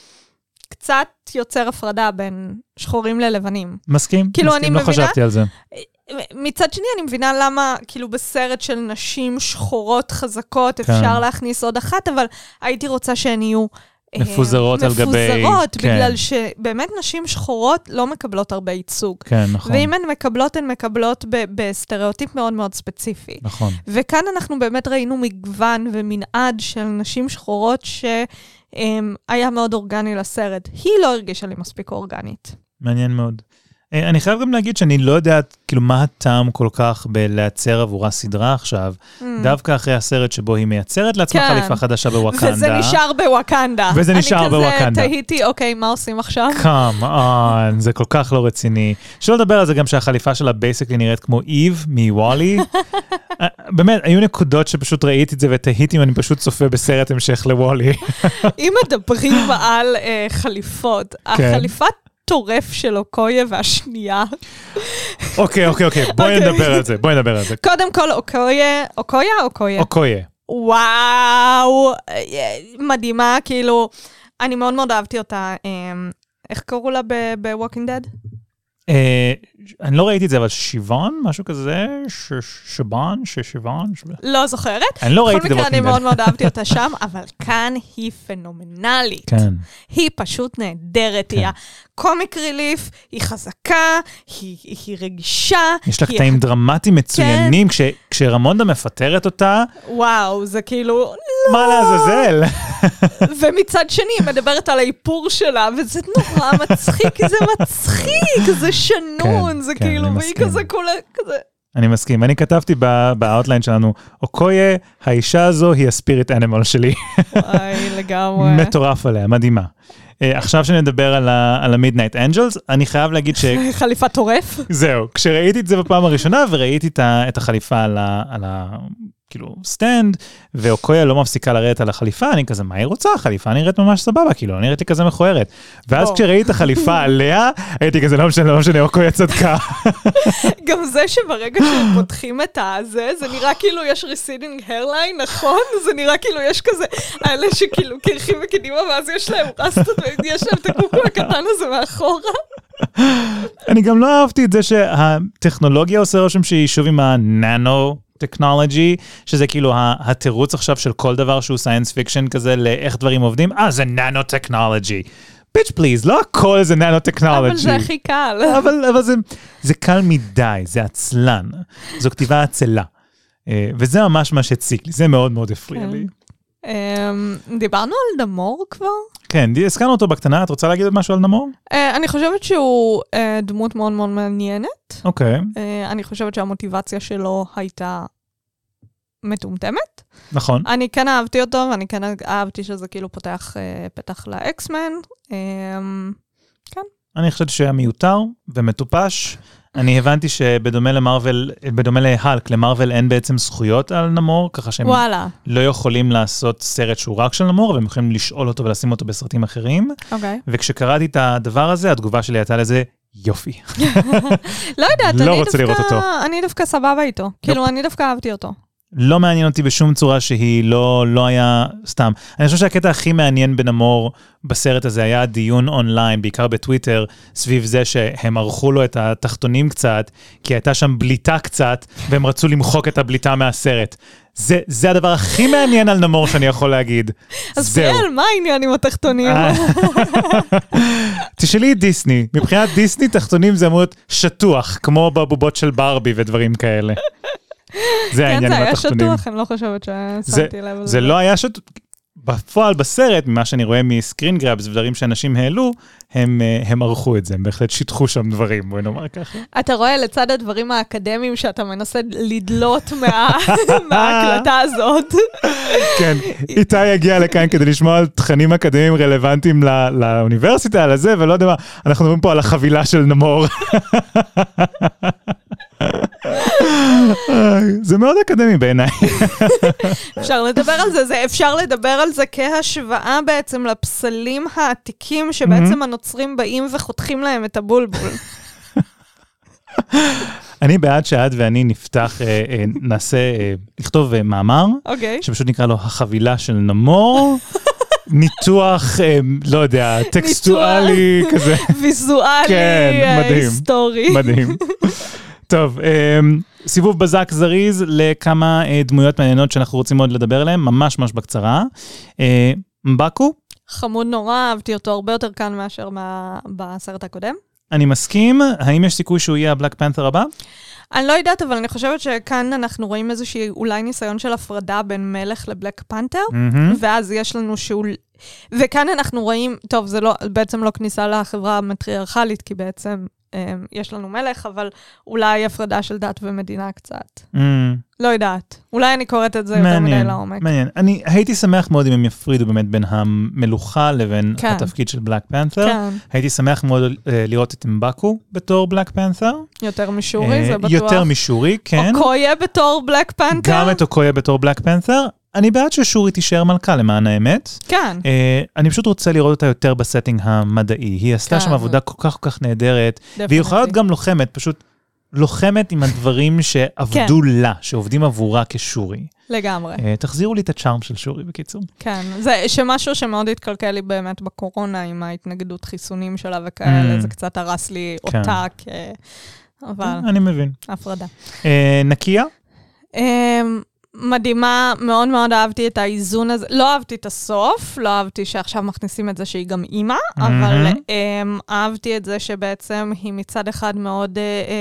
קצת יוצר הפרדה בין שחורים ללבנים. מסכים, כאילו מסכים, לא מבינה, חשבתי על זה. מצד שני, אני מבינה למה, כאילו בסרט של נשים שחורות חזקות, כן. אפשר להכניס עוד אחת, אבל הייתי רוצה שהן יהיו מפוזרות על גבי... מפוזרות, כן. בגלל שבאמת נשים שחורות לא מקבלות הרבה ייצוג. כן, נכון. ואם הן מקבלות, הן מקבלות ב- בסטריאוטיפ מאוד מאוד ספציפי. נכון. וכאן אנחנו באמת ראינו מגוון ומנעד של נשים שחורות ש... היה מאוד אורגני לסרט. היא לא הרגישה לי מספיק אורגנית. מעניין מאוד. אני חייב גם להגיד שאני לא יודעת, כאילו, מה הטעם כל כך בלייצר עבורה סדרה עכשיו, דווקא אחרי הסרט שבו היא מייצרת לעצמה חליפה חדשה בוואקנדה. וזה נשאר בוואקנדה. וזה נשאר בוואקנדה. אני כזה תהיתי, אוקיי, מה עושים עכשיו? Come on, זה כל כך לא רציני. שלא לדבר על זה גם שהחליפה שלה בייסיקלי נראית כמו איב מוואלי. באמת, היו נקודות שפשוט ראיתי את זה ותהיתי אם אני פשוט צופה בסרט המשך לוואלי. אם מדברים על חליפות, החליפת טורף של אוקויה והשנייה. אוקיי, אוקיי, אוקיי, בואי נדבר על זה, בואי נדבר על זה. קודם כל, אוקויה, אוקויה או אוקויה? אוקויה. וואו, מדהימה, כאילו, אני מאוד מאוד אהבתי אותה. איך קראו לה ב-Walking Dead? אני לא ראיתי את זה, אבל שיוון, משהו כזה, שבן, ששיוון. לא זוכרת. אני לא ראיתי את זה. בכל מקרה, אני מאוד מאוד אהבתי אותה שם, אבל כאן היא פנומנלית. כן. היא פשוט נהדרת, היא הקומיק ריליף, היא חזקה, היא רגישה. יש לה קטעים דרמטיים מצוינים, כשרמונדה מפטרת אותה. וואו, זה כאילו... מה לעזאזל? ומצד שני, היא מדברת על האיפור שלה, וזה נורא מצחיק, זה מצחיק, זה שנון, זה כאילו, והיא כזה כולה, כזה. אני מסכים, אני כתבתי באוטליין שלנו, אוקויה, האישה הזו היא הספיריט אנימל שלי. וואי, לגמרי. מטורף עליה, מדהימה. עכשיו שנדבר על ה-Midnight Angels, אני חייב להגיד ש... חליפה טורף? זהו, כשראיתי את זה בפעם הראשונה, וראיתי את החליפה על ה... כאילו, סטנד, ואוקויה לא מפסיקה לרדת על החליפה, אני כזה, מה היא רוצה? החליפה נראית ממש סבבה, כאילו, לא נראית לי כזה מכוערת. ואז כשראיתי את החליפה עליה, הייתי כזה, לא משנה, לא משנה, אוקויה צדקה. גם זה שברגע שפותחים את הזה, זה נראה כאילו יש receding hairline, נכון? זה נראה כאילו יש כזה, האלה שכאילו קרחים וקדימה, ואז יש להם רסטות, ויש להם את הקוקו הקטן הזה מאחורה. אני גם לא אהבתי את זה שהטכנולוגיה עושה רושם שהיא שוב עם הננו, טכנולוגי, שזה כאילו התירוץ עכשיו של כל דבר שהוא סיינס פיקשן כזה, לאיך דברים עובדים, אה, זה ננו-טכנולוגי. ביץ' פליז, לא הכל זה ננו-טכנולוגי. אבל זה הכי קל. אבל, אבל זה, זה קל מדי, זה עצלן. זו כתיבה עצלה. וזה ממש מה שהציק לי, זה מאוד מאוד הפריע לי. דיברנו על נמור כבר? כן, הזכרנו אותו בקטנה, את רוצה להגיד עוד משהו על נמור? אני חושבת שהוא דמות מאוד מאוד מעניינת. אוקיי. אני חושבת שהמוטיבציה שלו הייתה מטומטמת. נכון. אני כן אהבתי אותו, ואני כן אהבתי שזה כאילו פותח פתח לאקסמן. כן. אני חושבת שהיה מיותר ומטופש. אני הבנתי שבדומה למרוול, בדומה להלק, למרוול אין בעצם זכויות על נמור, ככה שהם וואלה. לא יכולים לעשות סרט שהוא רק של נמור, והם יכולים לשאול אותו ולשים אותו בסרטים אחרים. אוקיי. וכשקראתי את הדבר הזה, התגובה שלי הייתה לזה, יופי. לא יודעת, לא רוצה לראות אותו. אני דווקא סבבה איתו. כאילו, אני דווקא אהבתי אותו. לא מעניין אותי בשום צורה שהיא לא, לא היה סתם. אני חושב שהקטע הכי מעניין בנמור בסרט הזה היה דיון אונליין, בעיקר בטוויטר, סביב זה שהם ערכו לו את התחתונים קצת, כי הייתה שם בליטה קצת, והם רצו למחוק את הבליטה מהסרט. זה, זה הדבר הכי מעניין על נמור שאני יכול להגיד. אז פייל, מה העניין עם התחתונים? תשאלי את דיסני. מבחינת דיסני, תחתונים זה אמור להיות שטוח, כמו בבובות של ברבי ודברים כאלה. זה העניין עם התחתונים. כן, זה היה שטוח, אני לא חושבת ששמתי לב על זה. זה לא היה שטוח. בפועל בסרט, ממה שאני רואה מסקרין גראבס ודברים שאנשים העלו, הם, הם ערכו את זה, הם בהחלט שיתחו שם דברים, בואי נאמר ככה. אתה רואה לצד הדברים האקדמיים שאתה מנסה לדלות מה, מההקלטה הזאת. כן, איתי יגיע לכאן כדי לשמוע על תכנים אקדמיים רלוונטיים לא, לאוניברסיטה, על הזה, ולא יודע מה, אנחנו מדברים פה על החבילה של נמור. זה מאוד אקדמי בעיניי. אפשר לדבר על זה, זה אפשר לדבר על זה כהשוואה בעצם לפסלים העתיקים שבעצם הנוצרים באים וחותכים להם את הבולבול. אני בעד שעד ואני נפתח, נעשה, לכתוב מאמר, שפשוט נקרא לו החבילה של נמור, ניתוח, לא יודע, טקסטואלי כזה. ויזואלי, היסטורי. מדהים. טוב, סיבוב בזק זריז לכמה דמויות מעניינות שאנחנו רוצים עוד לדבר עליהן, ממש ממש בקצרה. מבקו? חמוד נורא, אהבתי אותו הרבה יותר כאן מאשר בסרט הקודם. אני מסכים, האם יש סיכוי שהוא יהיה הבלק פנת'ר הבא? אני לא יודעת, אבל אני חושבת שכאן אנחנו רואים איזושהי אולי ניסיון של הפרדה בין מלך לבלק פנת'ר, ואז יש לנו שהוא... וכאן אנחנו רואים, טוב, זה לא, בעצם לא כניסה לחברה המטריארכלית, כי בעצם... יש לנו מלך, אבל אולי הפרדה של דת ומדינה קצת. Mm. לא יודעת. אולי אני קוראת את זה יותר מדי לעומק. מעניין. אני הייתי שמח מאוד אם הם יפרידו באמת בין המלוכה לבין כן. התפקיד של בלק פנת'ר. כן. הייתי שמח מאוד uh, לראות את מבקו בתור בלק פנת'ר. יותר מישורי, uh, זה בטוח. יותר מישורי, כן. אוקויה בתור בלק פנת'ר. גם את אוקויה בתור בלק פנת'ר. אני בעד ששורי תישאר מלכה למען האמת. כן. Uh, אני פשוט רוצה לראות אותה יותר בסטינג המדעי. היא עשתה כן. שם עבודה כל כך כל כך נהדרת, והיא יכולה להיות גם לוחמת, פשוט לוחמת עם הדברים שעבדו כן. לה, שעובדים עבורה כשורי. לגמרי. Uh, תחזירו לי את הצ'ארם של שורי בקיצור. כן, זה שמשהו שמאוד התקלקל לי באמת בקורונה, עם ההתנגדות חיסונים שלה וכאלה, mm. זה קצת הרס לי כן. אותה כ... אבל... אני מבין. הפרדה. Uh, נקיה? Um, מדהימה, מאוד מאוד אהבתי את האיזון הזה, לא אהבתי את הסוף, לא אהבתי שעכשיו מכניסים את זה שהיא גם אימא, mm-hmm. אבל um, אהבתי את זה שבעצם היא מצד אחד מאוד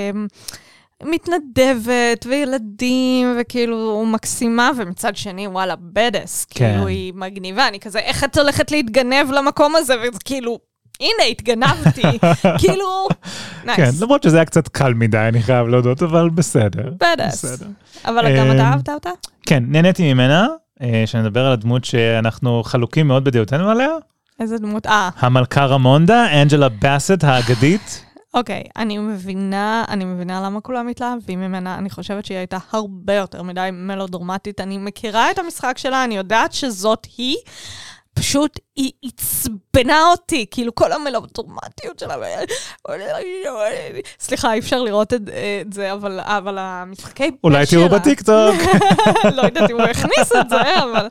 um, מתנדבת, וילדים, וכאילו מקסימה, ומצד שני, וואלה, בדס, כן. כאילו היא מגניבה, אני כזה, איך את הולכת להתגנב למקום הזה, וכאילו... הנה, התגנבתי, כאילו, נייס. כן, למרות שזה היה קצת קל מדי, אני חייב להודות, אבל בסדר. בדס. אבל גם אתה אהבת אותה? כן, נהניתי ממנה, שנדבר על הדמות שאנחנו חלוקים מאוד בדעותינו עליה. איזה דמות? אה. המלכה רמונדה, אנג'לה בסט האגדית. אוקיי, אני מבינה, אני מבינה למה כולם מתלהבים ממנה, אני חושבת שהיא הייתה הרבה יותר מדי מלודרמטית, אני מכירה את המשחק שלה, אני יודעת שזאת היא, פשוט היא עצבנה אותי, כאילו כל המלודרמטיות שלה. סליחה, אי אפשר לראות את זה, אבל, אבל המשחקי פשע... אולי תראו בטיקטוק. לא יודעת אם הוא הכניס את זה, אבל...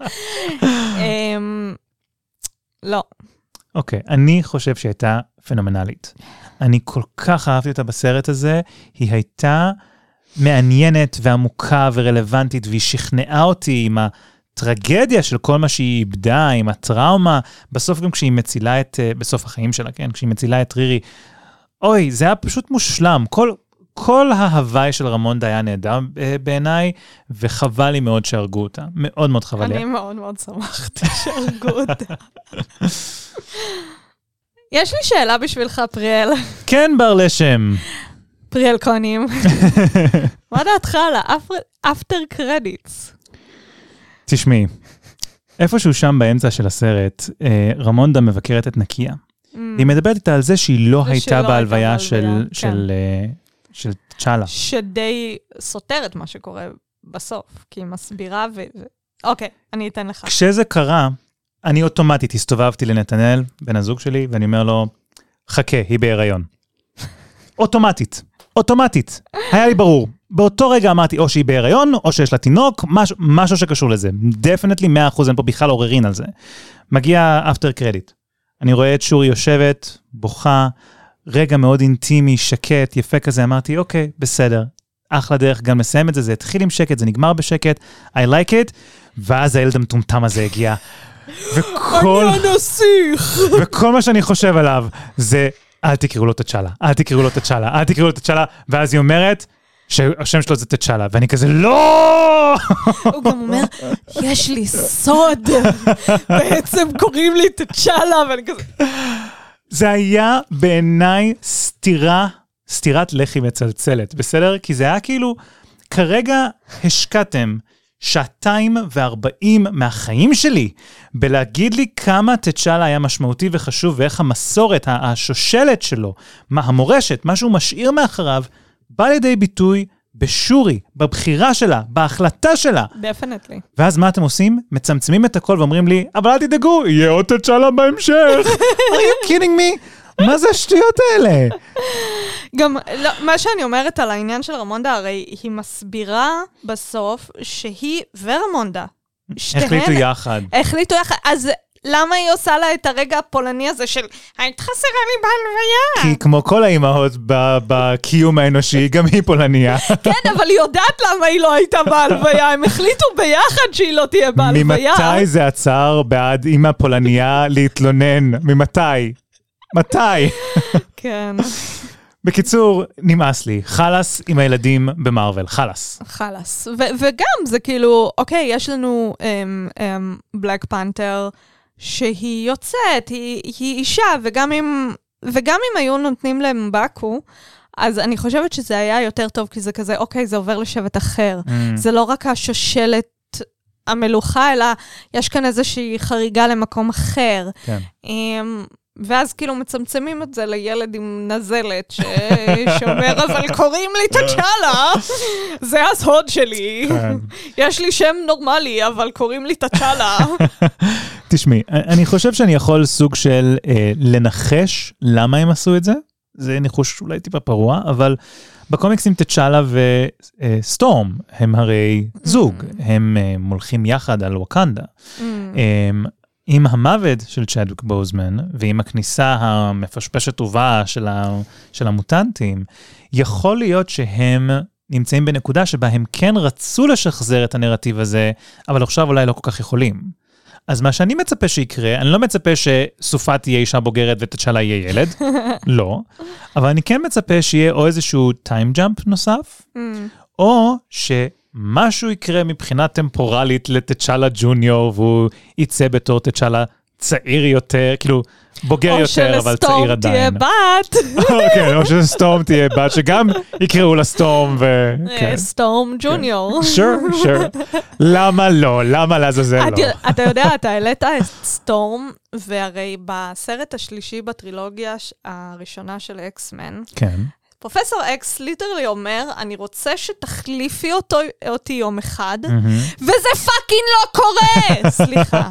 לא. אוקיי, אני חושב שהייתה פנומנלית. אני כל כך אהבתי אותה בסרט הזה, היא הייתה מעניינת ועמוקה ורלוונטית, והיא שכנעה אותי עם ה... טרגדיה של כל מה שהיא איבדה, עם הטראומה, בסוף גם כשהיא מצילה את, בסוף החיים שלה, כן, כשהיא מצילה את רירי, אוי, זה היה פשוט מושלם, כל, כל ההוואי של רמונדה היה נהדר בעיניי, וחבל לי מאוד שהרגו אותה. מאוד מאוד חבל לי. אני מאוד מאוד שמחתי שהרגו אותה. יש לי שאלה בשבילך, פריאל. כן, בר לשם. פריאל קונים. מה דעתך על האפטר קרדיטס? תשמעי, איפשהו שם באמצע של הסרט, רמונדה מבקרת את נקיה. היא מדברת איתה על זה שהיא לא הייתה בהלוויה של, של, של צ'אלה. שדי סותר את מה שקורה בסוף, כי היא מסבירה ו... אוקיי, אני אתן לך. כשזה קרה, אני אוטומטית הסתובבתי לנתנאל, בן הזוג שלי, ואני אומר לו, חכה, היא בהיריון. אוטומטית, אוטומטית. היה לי ברור. באותו רגע אמרתי, או שהיא בהיריון, או שיש לה תינוק, משהו, משהו שקשור לזה. דפנטלי מאה אחוז, אין פה בכלל עוררין על זה. מגיע אפטר קרדיט. אני רואה את שורי יושבת, בוכה, רגע מאוד אינטימי, שקט, יפה כזה, אמרתי, אוקיי, בסדר, אחלה דרך גם לסיים את זה, זה התחיל עם שקט, זה נגמר בשקט, I like it, ואז הילד המטומטם הזה הגיע. וכל... אני הנסיך! וכל מה שאני חושב עליו, זה, אל תקראו לו את הצ'אלה, אל תקראו לו את הצ'אלה, אל תקראו לו את הצ'אלה, ואז היא אומרת, שהשם שלו זה תצ'אלה, ואני כזה, לא! הוא גם אומר, יש לי סוד, בעצם קוראים לי תצ'אלה, ואני כזה... זה היה בעיניי סתירה, סתירת לחי מצלצלת, בסדר? כי זה היה כאילו, כרגע השקעתם שעתיים וארבעים מהחיים שלי, בלהגיד לי כמה תצ'אלה היה משמעותי וחשוב, ואיך המסורת, השושלת שלו, מה המורשת, מה שהוא משאיר מאחריו, בא לידי ביטוי בשורי, בבחירה שלה, בהחלטה שלה. דפנטלי. ואז מה אתם עושים? מצמצמים את הכל ואומרים לי, אבל אל תדאגו, יהיה עוד תצ'אלה בהמשך. Are you kidding me? מה זה השטויות האלה? גם, לא, מה שאני אומרת על העניין של רמונדה, הרי היא מסבירה בסוף שהיא ורמונדה, שתיהן... החליטו יחד. החליטו יחד, אז... למה היא עושה לה את הרגע הפולני הזה של, היית חסרה לי בהלוויה? כי כמו כל האימהות בקיום האנושי, גם היא פולניה. כן, אבל היא יודעת למה היא לא הייתה בהלוויה, הם החליטו ביחד שהיא לא תהיה בהלוויה. ממתי זה עצר בעד אימא פולניה להתלונן? ממתי? מתי? כן. בקיצור, נמאס לי. חלס עם הילדים במרוול. חלס. חלס. וגם זה כאילו, אוקיי, יש לנו בלק פנתר, שהיא יוצאת, היא, היא אישה, וגם אם, וגם אם היו נותנים להם בקו, אז אני חושבת שזה היה יותר טוב, כי זה כזה, אוקיי, זה עובר לשבט אחר. Mm. זה לא רק השושלת המלוכה, אלא יש כאן איזושהי חריגה למקום אחר. כן. ואז כאילו מצמצמים את זה לילד עם נזלת, ש... שאומר, אבל קוראים לי תצ'אלה, זה הסוד שלי. כן. יש לי שם נורמלי, אבל קוראים לי תצ'אלה. תשמעי, אני חושב שאני יכול סוג של אה, לנחש למה הם עשו את זה. זה ניחוש אולי טיפה פרוע, אבל בקומיקסים תצ'אלה וסטורם הם הרי זוג, הם אה, מולכים יחד על ווקנדה. אה, עם המוות של צ'אדוויק בוזמן, ועם הכניסה המפשפשת טובה של, ה, של המוטנטים, יכול להיות שהם נמצאים בנקודה שבה הם כן רצו לשחזר את הנרטיב הזה, אבל עכשיו אולי לא כל כך יכולים. אז מה שאני מצפה שיקרה, אני לא מצפה שסופה תהיה אישה בוגרת ותצ'אלה יהיה ילד, לא, אבל אני כן מצפה שיהיה או איזשהו טיים ג'אמפ נוסף, mm. או שמשהו יקרה מבחינה טמפורלית לתצ'אלה ג'וניור, והוא יצא בתור תצ'אלה צעיר יותר, כאילו בוגר יותר, אבל צעיר עדיין. או שלסטורם תהיה בת. כן, או שלסטורם תהיה בת, שגם יקראו לסטורם ו... סטורם ג'וניור. שור, שור. למה לא? למה לעזאזל לא? אתה יודע, אתה העלית את סטורם, והרי בסרט השלישי בטרילוגיה הראשונה של אקסמן, כן. פרופסור אקס ליטרלי אומר, אני רוצה שתחליפי אותו, אותי יום אחד, וזה פאקינג לא קורה! סליחה.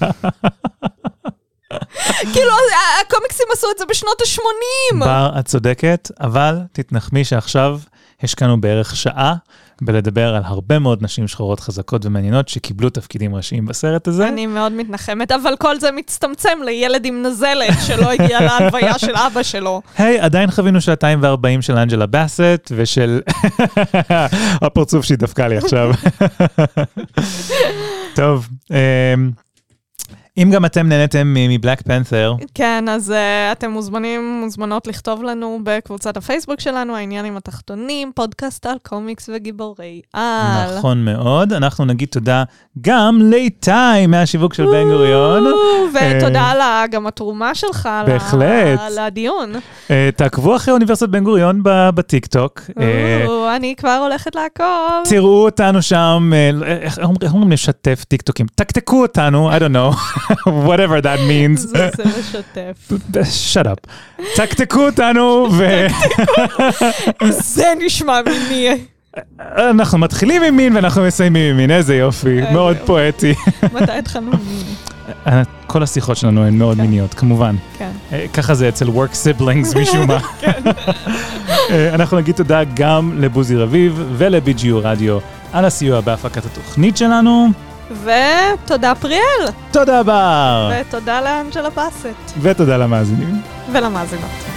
כאילו, הקומיקסים עשו את זה בשנות ה-שמונים. בר, את צודקת, אבל תתנחמי שעכשיו השקענו בערך שעה בלדבר על הרבה מאוד נשים שחורות חזקות ומעניינות שקיבלו תפקידים ראשיים בסרט הזה. אני מאוד מתנחמת, אבל כל זה מצטמצם לילד עם נזלת שלא הגיע להלוויה של אבא שלו. היי, hey, עדיין חווינו שעתיים וארבעים של אנג'לה באסט ושל הפרצוף שהיא דפקה לי עכשיו. טוב, אם גם אתם נהנתם מבלק פנת'ר. כן, אז uh, אתם מוזמנים, מוזמנות לכתוב לנו בקבוצת הפייסבוק שלנו, העניינים התחתונים, פודקאסט על קומיקס וגיבורי על. נכון מאוד. אנחנו נגיד תודה גם לאיתי מהשיווק של בן גוריון. ותודה על גם התרומה שלך בהחלט. לדיון. תעקבו אחרי אוניברסיטת בן גוריון בטיקטוק. אני כבר הולכת לעקוב. תראו אותנו שם, איך אומרים לשתף טיקטוקים? תקתקו אותנו, I don't know, whatever that means. זה לשתף. shut up. תקתקו אותנו ו... זה נשמע מיני. אנחנו מתחילים עם מין ואנחנו מסיימים עם מין, איזה יופי, מאוד פואטי. מתי התחלנו מין? כל השיחות שלנו הן מאוד מיניות, כמובן. כן. ככה זה אצל work siblings משום מה. אנחנו נגיד תודה גם לבוזי רביב ול-בי ג'י יו רדיו על הסיוע בהפקת התוכנית שלנו. ותודה פריאל. תודה בר. ותודה לאנג'לה בסט. ותודה למאזינים. ולמאזינות.